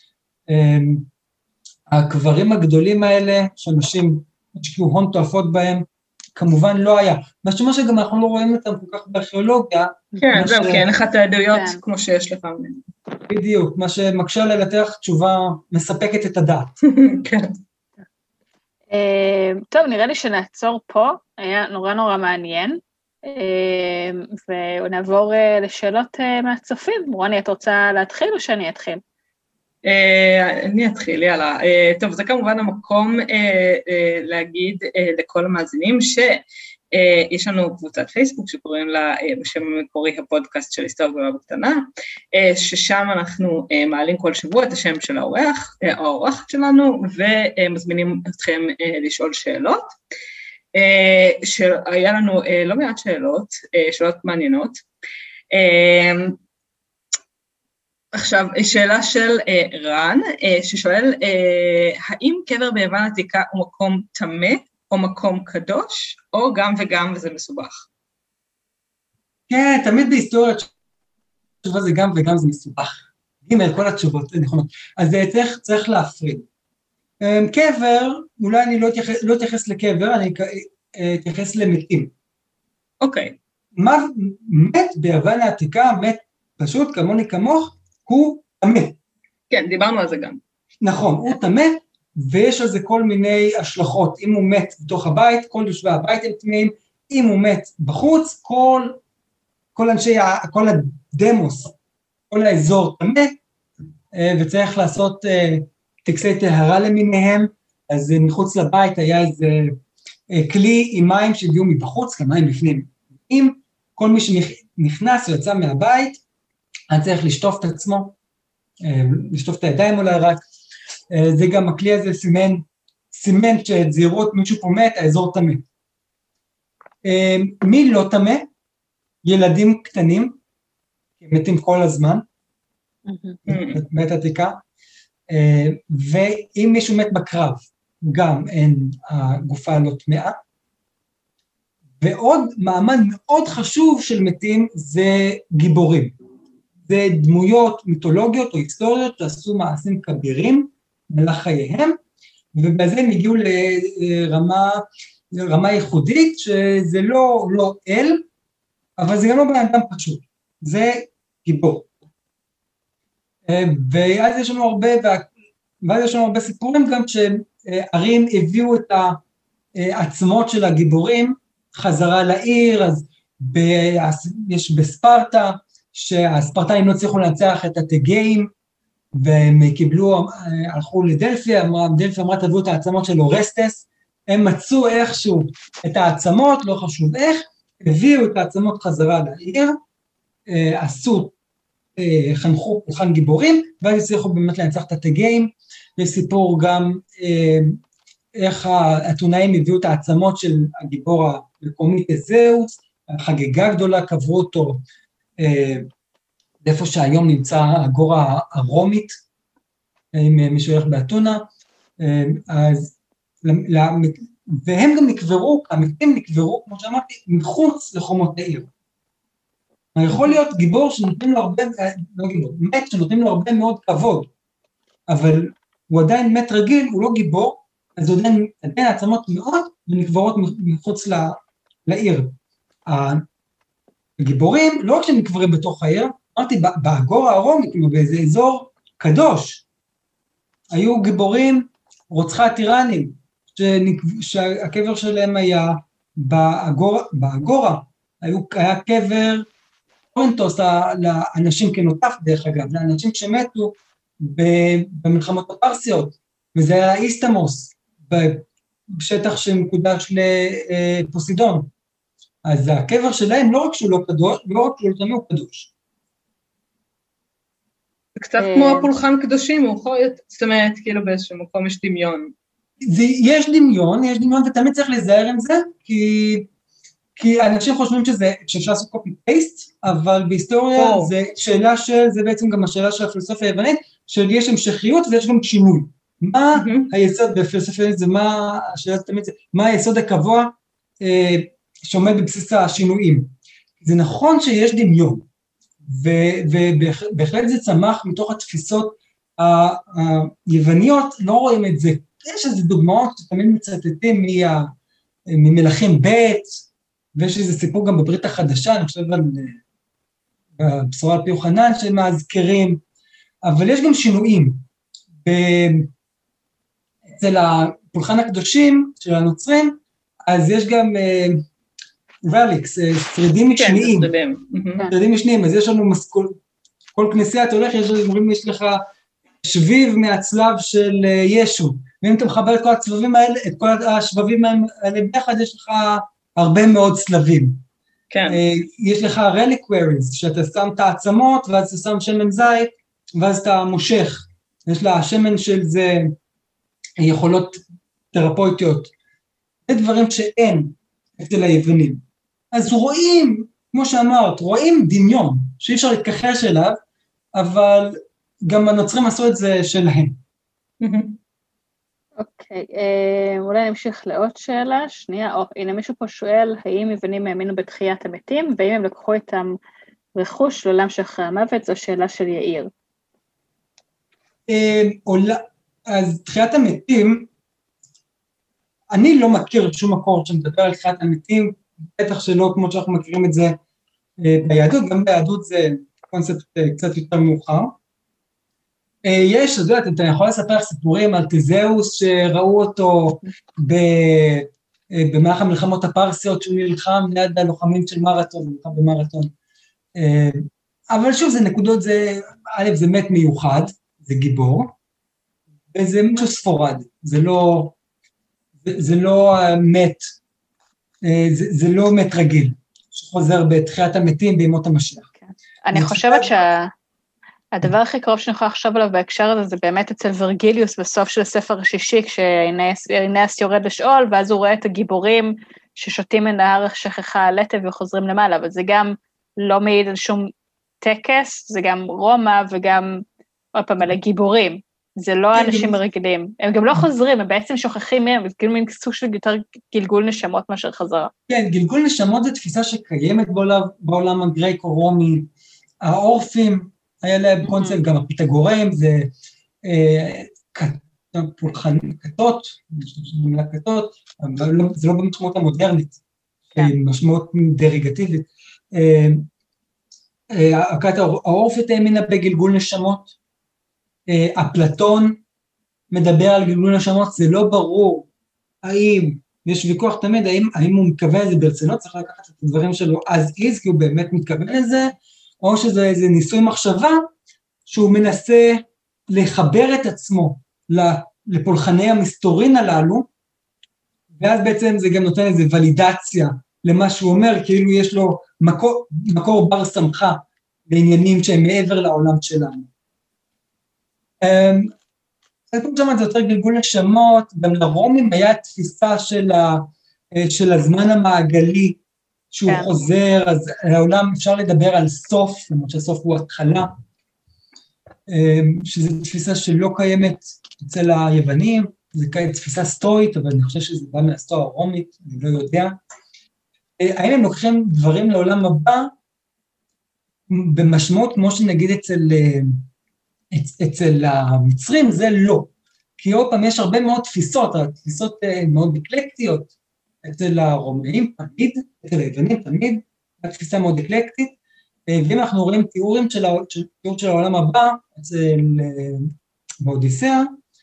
הקברים הגדולים האלה, שאנשים השקיעו הון תועפות בהם, כמובן לא היה. משהו שגם אנחנו לא רואים אותם כל כך בארכיאולוגיה. כן, זהו, כי אין לך את העדויות כמו שיש לפעמים. בדיוק, מה שמקשה ללתח תשובה מספקת את הדעת. כן. טוב, נראה לי שנעצור פה, היה נורא מעניין, ונעבור לשאלות מהצופים. רוני, את רוצה להתחיל או שאני אתחיל? אני אתחיל, יאללה. טוב, זה כמובן המקום להגיד לכל המאזינים שיש לנו קבוצת פייסבוק שקוראים לה בשם המקורי הפודקאסט של היסטוריה גדולה בקטנה, ששם אנחנו מעלים כל שבוע את השם של האורחת שלנו, ומזמינים אתכם לשאול שאלות. היה לנו לא מעט שאלות מעניינות. עכשיו, שאלה של רן, ששואל, האם קבר ביוון עתיקה הוא מקום טמא, או מקום קדוש, או גם וגם וזה מסובך? כן, תמיד בהיסטוריה התשובה זה גם וגם זה מסובך. כל התשובות נכונות. אז צריך להפריד. קבר, אולי אני לא אתייחס לקבר, אני אתייחס למתים. אוקיי. מת ביוון העתיקה, מת פשוט כמוני כמוך, הוא טמא. כן, דיברנו על זה גם. נכון, הוא טמא, ויש על זה כל מיני השלכות. אם הוא מת בתוך הבית, כל יושבי הבית הם טמאים, אם הוא מת בחוץ, כל הדמוס, כל האזור טמא, וצריך לעשות טקסי טהרה למיניהם, אז מחוץ לבית היה איזה כלי עם מים שהגיעו מבחוץ, כמים בפנים. אם כל מי שנכנס ויצא מהבית, אני צריך לשטוף את עצמו, לשטוף את הידיים אולי רק, זה גם הכלי הזה סימן שזהירות מישהו פה מת, האזור טמא. מי לא טמא? ילדים קטנים, מתים כל הזמן, מת עתיקה, ואם מישהו מת בקרב, גם אין הגופה לא טמאה, ועוד מעמד מאוד חשוב של מתים זה גיבורים. זה דמויות מיתולוגיות או היסטוריות שעשו מעשים כבירים במהלך חייהם, ובזה הם הגיעו לרמה ייחודית, שזה לא אל, אבל זה גם לא בן אדם פשוט, זה גיבור. ואז יש לנו הרבה, ואז יש לנו הרבה סיפורים גם שערים הביאו את העצמות של הגיבורים חזרה לעיר, אז יש בספרטה, שהספרטאים לא צריכו לנצח את הטגאים, והם קיבלו, הלכו לדלפי, דלפי אמרה תביאו את העצמות של אורסטס, הם מצאו איכשהו את העצמות, לא חשוב איך, הביאו את העצמות חזרה לעיר, עשו, חנכו פולחן גיבורים, ואז הצליחו באמת לנצח את הטגאים. יש סיפור גם איך האתונאים הביאו את העצמות של הגיבור המקומי תזאוס, חגיגה גדולה, קברו אותו איפה שהיום נמצא הגורה הרומית, עם מי שהולך באתונה, והם גם נקברו, המתים נקברו, כמו שאמרתי, מחוץ לחומות העיר. יכול להיות גיבור שנותנים לו הרבה, לא גיבור, מת שנותנים לו הרבה מאוד כבוד, אבל הוא עדיין מת רגיל, הוא לא גיבור, אז הוא עדיין העצמות מאוד, ונקברות מחוץ לעיר. הגיבורים, לא רק שהם נקברים בתוך העיר, אמרתי, באגורה הרומית, באיזה אזור קדוש, היו גיבורים, רוצחי הטירנים, שהקבר שלהם היה באגורה, היה קבר קורינתוס לאנשים כנוטף דרך אגב, לאנשים שמתו במלחמות הפרסיות, וזה היה איסטמוס, בשטח שמקודש לפוסידון, אז הקבר שלהם לא רק שהוא לא קדוש, לא רק שהוא לא הוא קדוש. זה קצת כמו הפולחן קדושים, זאת אומרת, כאילו באיזשהו מקום יש דמיון. יש דמיון, ותמיד צריך להיזהר עם זה, כי אנשים חושבים שאפשר לעשות copy-paste, אבל בהיסטוריה זה שאלה זה בעצם גם השאלה של הפילוסופיה היוונית, שיש המשכיות ויש גם שינוי. מה היסוד בפילוסופיה היוונית, השאלה תמיד זה, מה היסוד הקבוע שעומד בבסיס השינויים? זה נכון שיש דמיון, ובהחלט זה צמח מתוך התפיסות היווניות, לא רואים את זה. יש איזה דוגמאות שתמיד מצטטים ממלכים ב', ויש איזה סיפור גם בברית החדשה, אני חושב על בשורה על פי יוחנן שמאזכרים, אבל יש גם שינויים. אצל הפולחן הקדושים של הנוצרים, אז יש גם רליקס, שרידים משניים. שרידים משניים, אז יש לנו כל כנסייה אתה הולך, יש לך שביב מהצלב של ישו, ואם אתה מחבר את כל הצבבים האלה, את כל השבבים האלה ביחד, יש לך הרבה מאוד צלבים. כן. יש לך רליקוויריז, שאתה שם את העצמות, ואז אתה שם שמן זית, ואז אתה מושך. יש לה שמן של זה יכולות תרפויטיות. זה דברים שאין אצל היוונים. אז רואים, כמו שאמרת, רואים דמיון, שאי אפשר להתכחש אליו, אבל גם הנוצרים עשו את זה שלהם. אוקיי, אולי נמשיך לעוד שאלה, שנייה, הנה מישהו פה שואל, האם יוונים האמינו בתחיית המתים, והאם הם לקחו איתם רכוש לעולם שאחרי המוות, זו שאלה של יאיר. אז תחיית המתים, אני לא מכיר שום מקור שמדבר על תחיית המתים, בטח שלא כמו שאנחנו מכירים את זה ביהדות, גם ביהדות זה קונספט קצת יותר מאוחר. יש, אתה יודע, אתה יכול לספר סיפורים על תזאוס שראו אותו במהלך המלחמות הפרסיות שהוא נלחם ליד הלוחמים של מרתון, נלחם במרתון. אבל שוב, זה נקודות, א', זה מת מיוחד, זה גיבור, וזה משהו ספורדי, זה לא מת, זה לא מת רגיל, שחוזר בתחיית המתים בימות המשיח. אני חושבת הדבר הכי קרוב שאני יכולה לחשוב עליו בהקשר הזה, זה באמת אצל ורגליוס בסוף של הספר השישי, כשאינאס יורד לשאול, ואז הוא רואה את הגיבורים ששותים מנהר שכחה הלטב וחוזרים למעלה, אבל זה גם לא מעיד על שום טקס, זה גם רומא וגם, עוד פעם, אלה גיבורים, זה לא אנשים רגילים, הם גם לא חוזרים, הם בעצם שוכחים מהם, זה כאילו מין סוג של יותר גלגול נשמות מאשר חזרה. כן, גלגול נשמות זה תפיסה שקיימת בעולם הגרייקו-רומי, האורפים, היה להם קונספט, גם הפיתגוראים, זה כתות, זה לא במשמעות המודרנית, משמעות דריגטיבית. האורפית האמינה בגלגול נשמות, אפלטון מדבר על גלגול נשמות, זה לא ברור, האם יש ויכוח תמיד, האם הוא מתכוון לזה ברצינות, צריך לקחת את הדברים שלו as is, כי הוא באמת מתכוון לזה, או שזה איזה ניסוי מחשבה, שהוא מנסה לחבר את עצמו לפולחני המסתורין הללו, ואז בעצם זה גם נותן איזו ולידציה למה שהוא אומר, כאילו יש לו מקור בר סמכה לעניינים שהם מעבר לעולם שלנו. כמו שאמרת, זה יותר גלגול נשמות, גם לרומים היה תפיסה של הזמן המעגלי, שהוא חוזר, אז העולם אפשר לדבר על סוף, למרות שהסוף הוא התחלה, שזו תפיסה שלא קיימת אצל היוונים, זו תפיסה סטואית, אבל אני חושב שזה בא מהסטואר הרומית, אני לא יודע. האם הם לוקחים דברים לעולם הבא, במשמעות כמו שנגיד אצל המצרים, זה לא. כי עוד פעם יש הרבה מאוד תפיסות, התפיסות מאוד אקלקטיות, אצל הרומאים תמיד, אצל היוונים תמיד, התפיסה מאוד אקלקטית, ואם אנחנו רואים תיאורים של העולם הבא, אצל באודיסאה,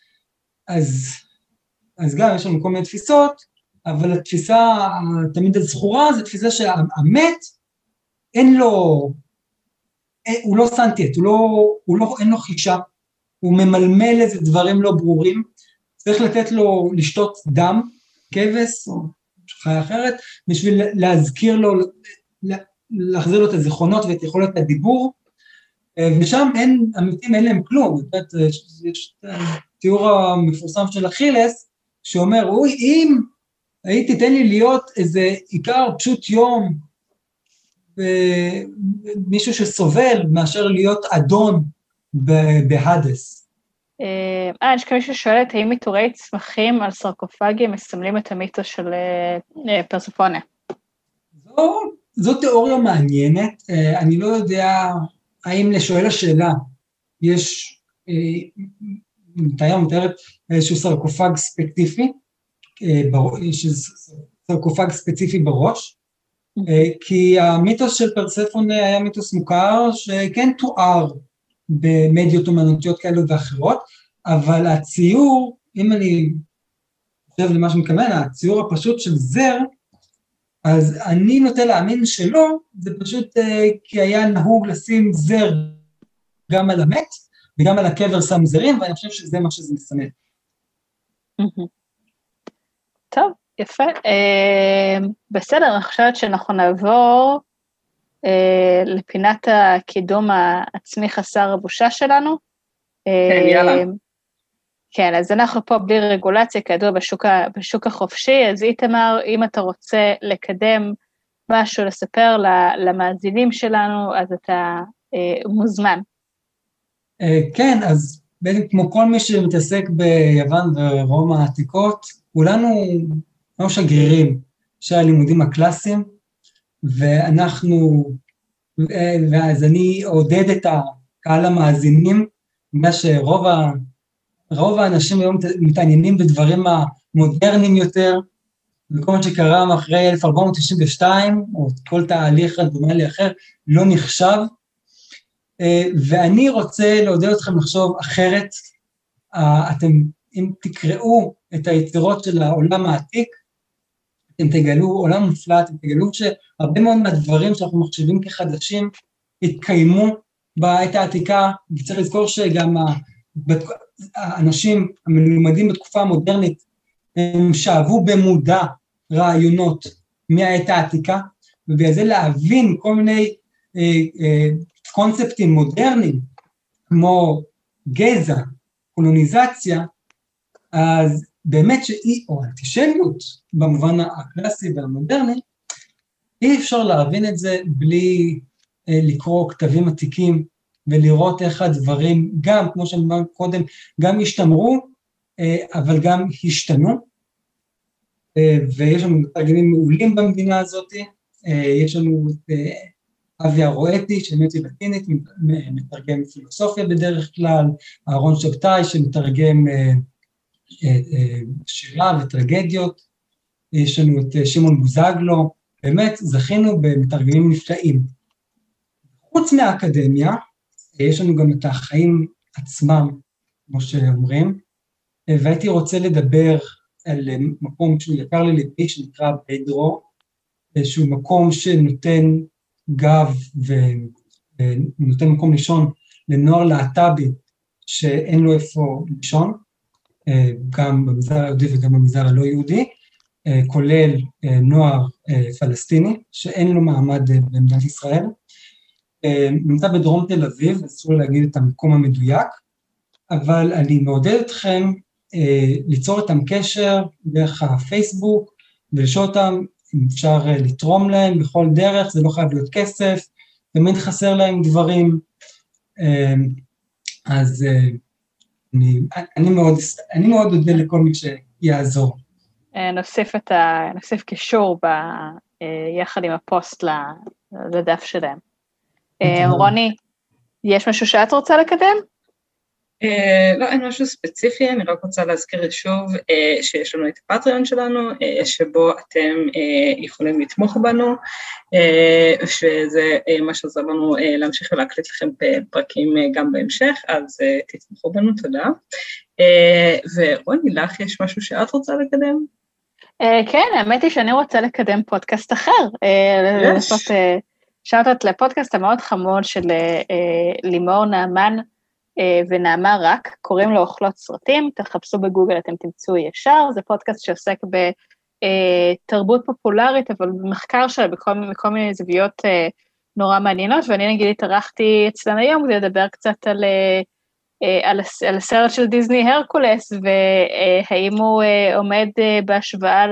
אז גם יש לנו כל מיני תפיסות, אבל התפיסה תמיד הזכורה, זו תפיסה שהמת, אין לו, הוא לא סנטיאט, אין לו חישה, הוא ממלמל איזה דברים לא ברורים, צריך לתת לו לשתות דם, כבש או חיה אחרת, בשביל להזכיר לו, להחזיר לו את הזיכרונות ואת יכולת הדיבור, ושם המתים אין להם כלום, יש תיאור המפורסם של אכילס, שאומר, אם הייתי תיתן לי להיות איזה עיקר פשוט יום, מישהו שסובל מאשר להיות אדון בהדס. יש כמישהו שואלת, האם עיטורי צמחים על סרקופגים מסמלים את המיתוס של פרספונה? זו תיאוריה מעניינת, אני לא יודע האם לשואל השאלה, יש מתארת איזשהו סרקופג ספציפי, סרקופג ספציפי בראש, כי המיתוס של פרספונה היה מיתוס מוכר, שכן תואר במדיות אומנותיות כאלו ואחרות, אבל הציור, אם אני חושב למה שמכוון, הציור הפשוט של זר, אז אני נוטה להאמין שלא, זה פשוט כי היה נהוג לשים זר גם על המת, וגם על הקבר שם זרים, ואני חושב שזה מה שזה מסמל. טוב, יפה. בסדר, אני חושבת שאנחנו נעבור לפינת הקידום העצמי חסר הבושה שלנו. כן, יאללה. כן, אז אנחנו פה בלי רגולציה, כידוע בשוק החופשי, אז איתמר, אם אתה רוצה לקדם משהו, לספר למאזינים שלנו, אז אתה מוזמן. כן, אז בעצם כמו כל מי שמתעסק ביוון ורומא העתיקות, כולנו שגרירים של הלימודים הקלאסיים, ואז אני עודד את הקהל המאזינים, בגלל רוב האנשים היום מתעניינים בדברים המודרניים יותר, וכל מה שקרה אחרי 1492, או כל תהליך רנדומלי אחר, לא נחשב, ואני רוצה לעודד אתכם לחשוב אחרת, אם תקראו את היצירות של העולם העתיק, אתם תגלו עולם מופלא, אתם תגלו שהרבה מאוד מהדברים שאנחנו מחשבים כחדשים, התקיימו בעת העתיקה, וצריך לזכור שגם האנשים המלומדים בתקופה המודרנית, הם שאבו במודע רעיונות מהעת העתיקה, ובגלל זה להבין כל מיני קונספטים מודרניים, כמו גזע, קולוניזציה, אז באמת או אנטישמיות, במובן הקלאסי והמודרני, אי אפשר להבין את זה בלי לקרוא כתבים עתיקים, ולראות איך הדברים, גם, כמו שאמרנו קודם, גם השתמרו, אבל גם השתנו, ויש לנו מתרגמים מעולים במדינה הזאת, יש לנו את אבי הרואטי, שמתי לטינית, מתרגם פילוסופיה בדרך כלל, אהרון שבתאי, שמתרגם שירה וטרגדיות, יש לנו את שמעון בוזגלו, באמת זכינו במתרגמים נפלאים. חוץ מהאקדמיה, יש לנו גם את החיים עצמם, כמו שאומרים, והייתי רוצה לדבר על מקום שהוא יקר לי לבי, שנקרא בדרו, שהוא מקום שנותן גב ונותן מקום לישון לנוער להט"בי שאין לו איפה לישון, גם במגזר היהודי וגם במגזר הלא יהודי, כולל נוער פלסטיני שאין לו מעמד במדינת ישראל, נמצא בדרום תל אביב, אסור להגיד את המקום המדויק, אבל אני מעודד אתכם ליצור איתם קשר דרך הפייסבוק, ולשאול אותם אם אפשר לתרום להם בכל דרך, זה לא חייב להיות כסף, תמיד חסר להם דברים, אז אני מאוד אודה לכל מי שיעזור. נוסיף קישור יחד עם הפוסט לדף שלהם. רוני, יש משהו שאת רוצה לקדם? לא, אין משהו ספציפי, אני רק רוצה להזכיר שוב שיש לנו את הפטריון שלנו, שבו אתם יכולים לתמוך בנו, שזה מה שעזר לנו להמשיך ולהקליט לכם פרקים גם בהמשך, אז תתמכו בנו, תודה. ורוני, לך יש משהו שאת רוצה לקדם? כן, האמת היא שאני רוצה לקדם פודקאסט אחר, לעשות שאוטות לפודקאסט המאוד חמוד של לימור נעמן, ונעמה רק, קוראים לו אוכלות סרטים, תחפשו בגוגל, אתם תמצאו ישר, זה פודקאסט שעוסק בתרבות פופולרית, אבל במחקר שלה בכל מיני זוויות נורא מעניינות, ואני נגיד התארחתי אצלנו היום, כדי לדבר קצת על הסרט של דיזני הרקולס, והאם הוא עומד בהשוואה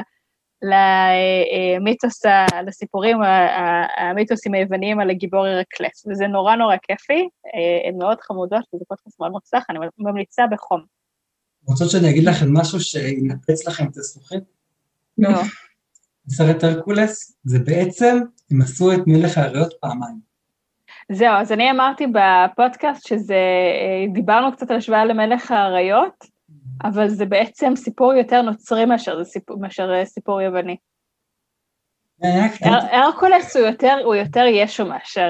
למיתוס, לסיפורים, המיתוסים היווניים על הגיבור הרקלס, וזה נורא נורא כיפי, הן מאוד חמודות, וזה פודקאסט מאוד מוצלח, אני ממליצה בחום. רוצות שאני אגיד לכם משהו שינפץ לכם את הזכוכית? לא. בסרט הרקולס, זה בעצם, הם עשו את מלך האריות פעמיים. זהו, אז אני אמרתי בפודקאסט שזה, דיברנו קצת על השוואה למלך האריות, אבל זה בעצם סיפור יותר נוצרי מאשר סיפור יווני. הרקולס הוא יותר ישו מאשר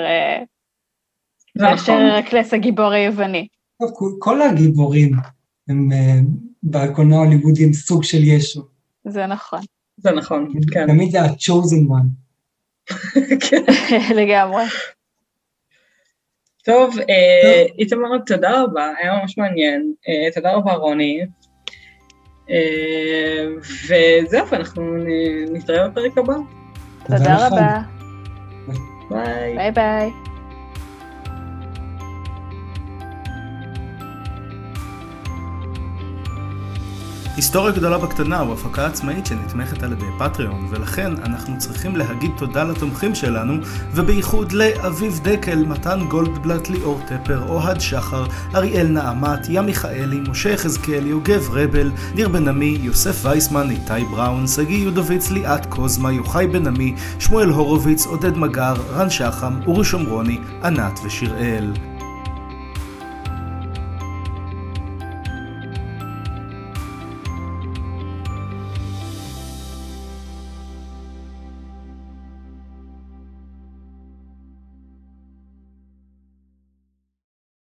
הרקלס הגיבור היווני. כל הגיבורים הם בקולנוע ההוליוודי הם סוג של ישו. זה נכון. זה נכון, כן. תמיד זה ה-chosen one. לגמרי. טוב, איתמר, תודה רבה, היה ממש מעניין, תודה רבה רוני, וזהו, אנחנו נתראה בפרק הבא. תודה רבה. ביי. ביי ביי. היסטוריה גדולה בקטנה הוא הפקה עצמאית שנתמכת על ידי פטריון, ולכן אנחנו צריכים להגיד תודה לתומכים שלנו, ובייחוד לאביב דקל, מתן גולדבלט, ליאור טפר, אוהד שחר, אריאל נעמת, ים מיכאלי, משה יחזקאל, יוגב רבל, ניר בן עמי, יוסף וייסמן, איתי בראון, סגי יודוביץ, ליאת קוזמה, יוחאי בן עמי, שמואל הורוביץ, עודד מגר, רן שחם, אורי שומרוני, ענת ושיראל.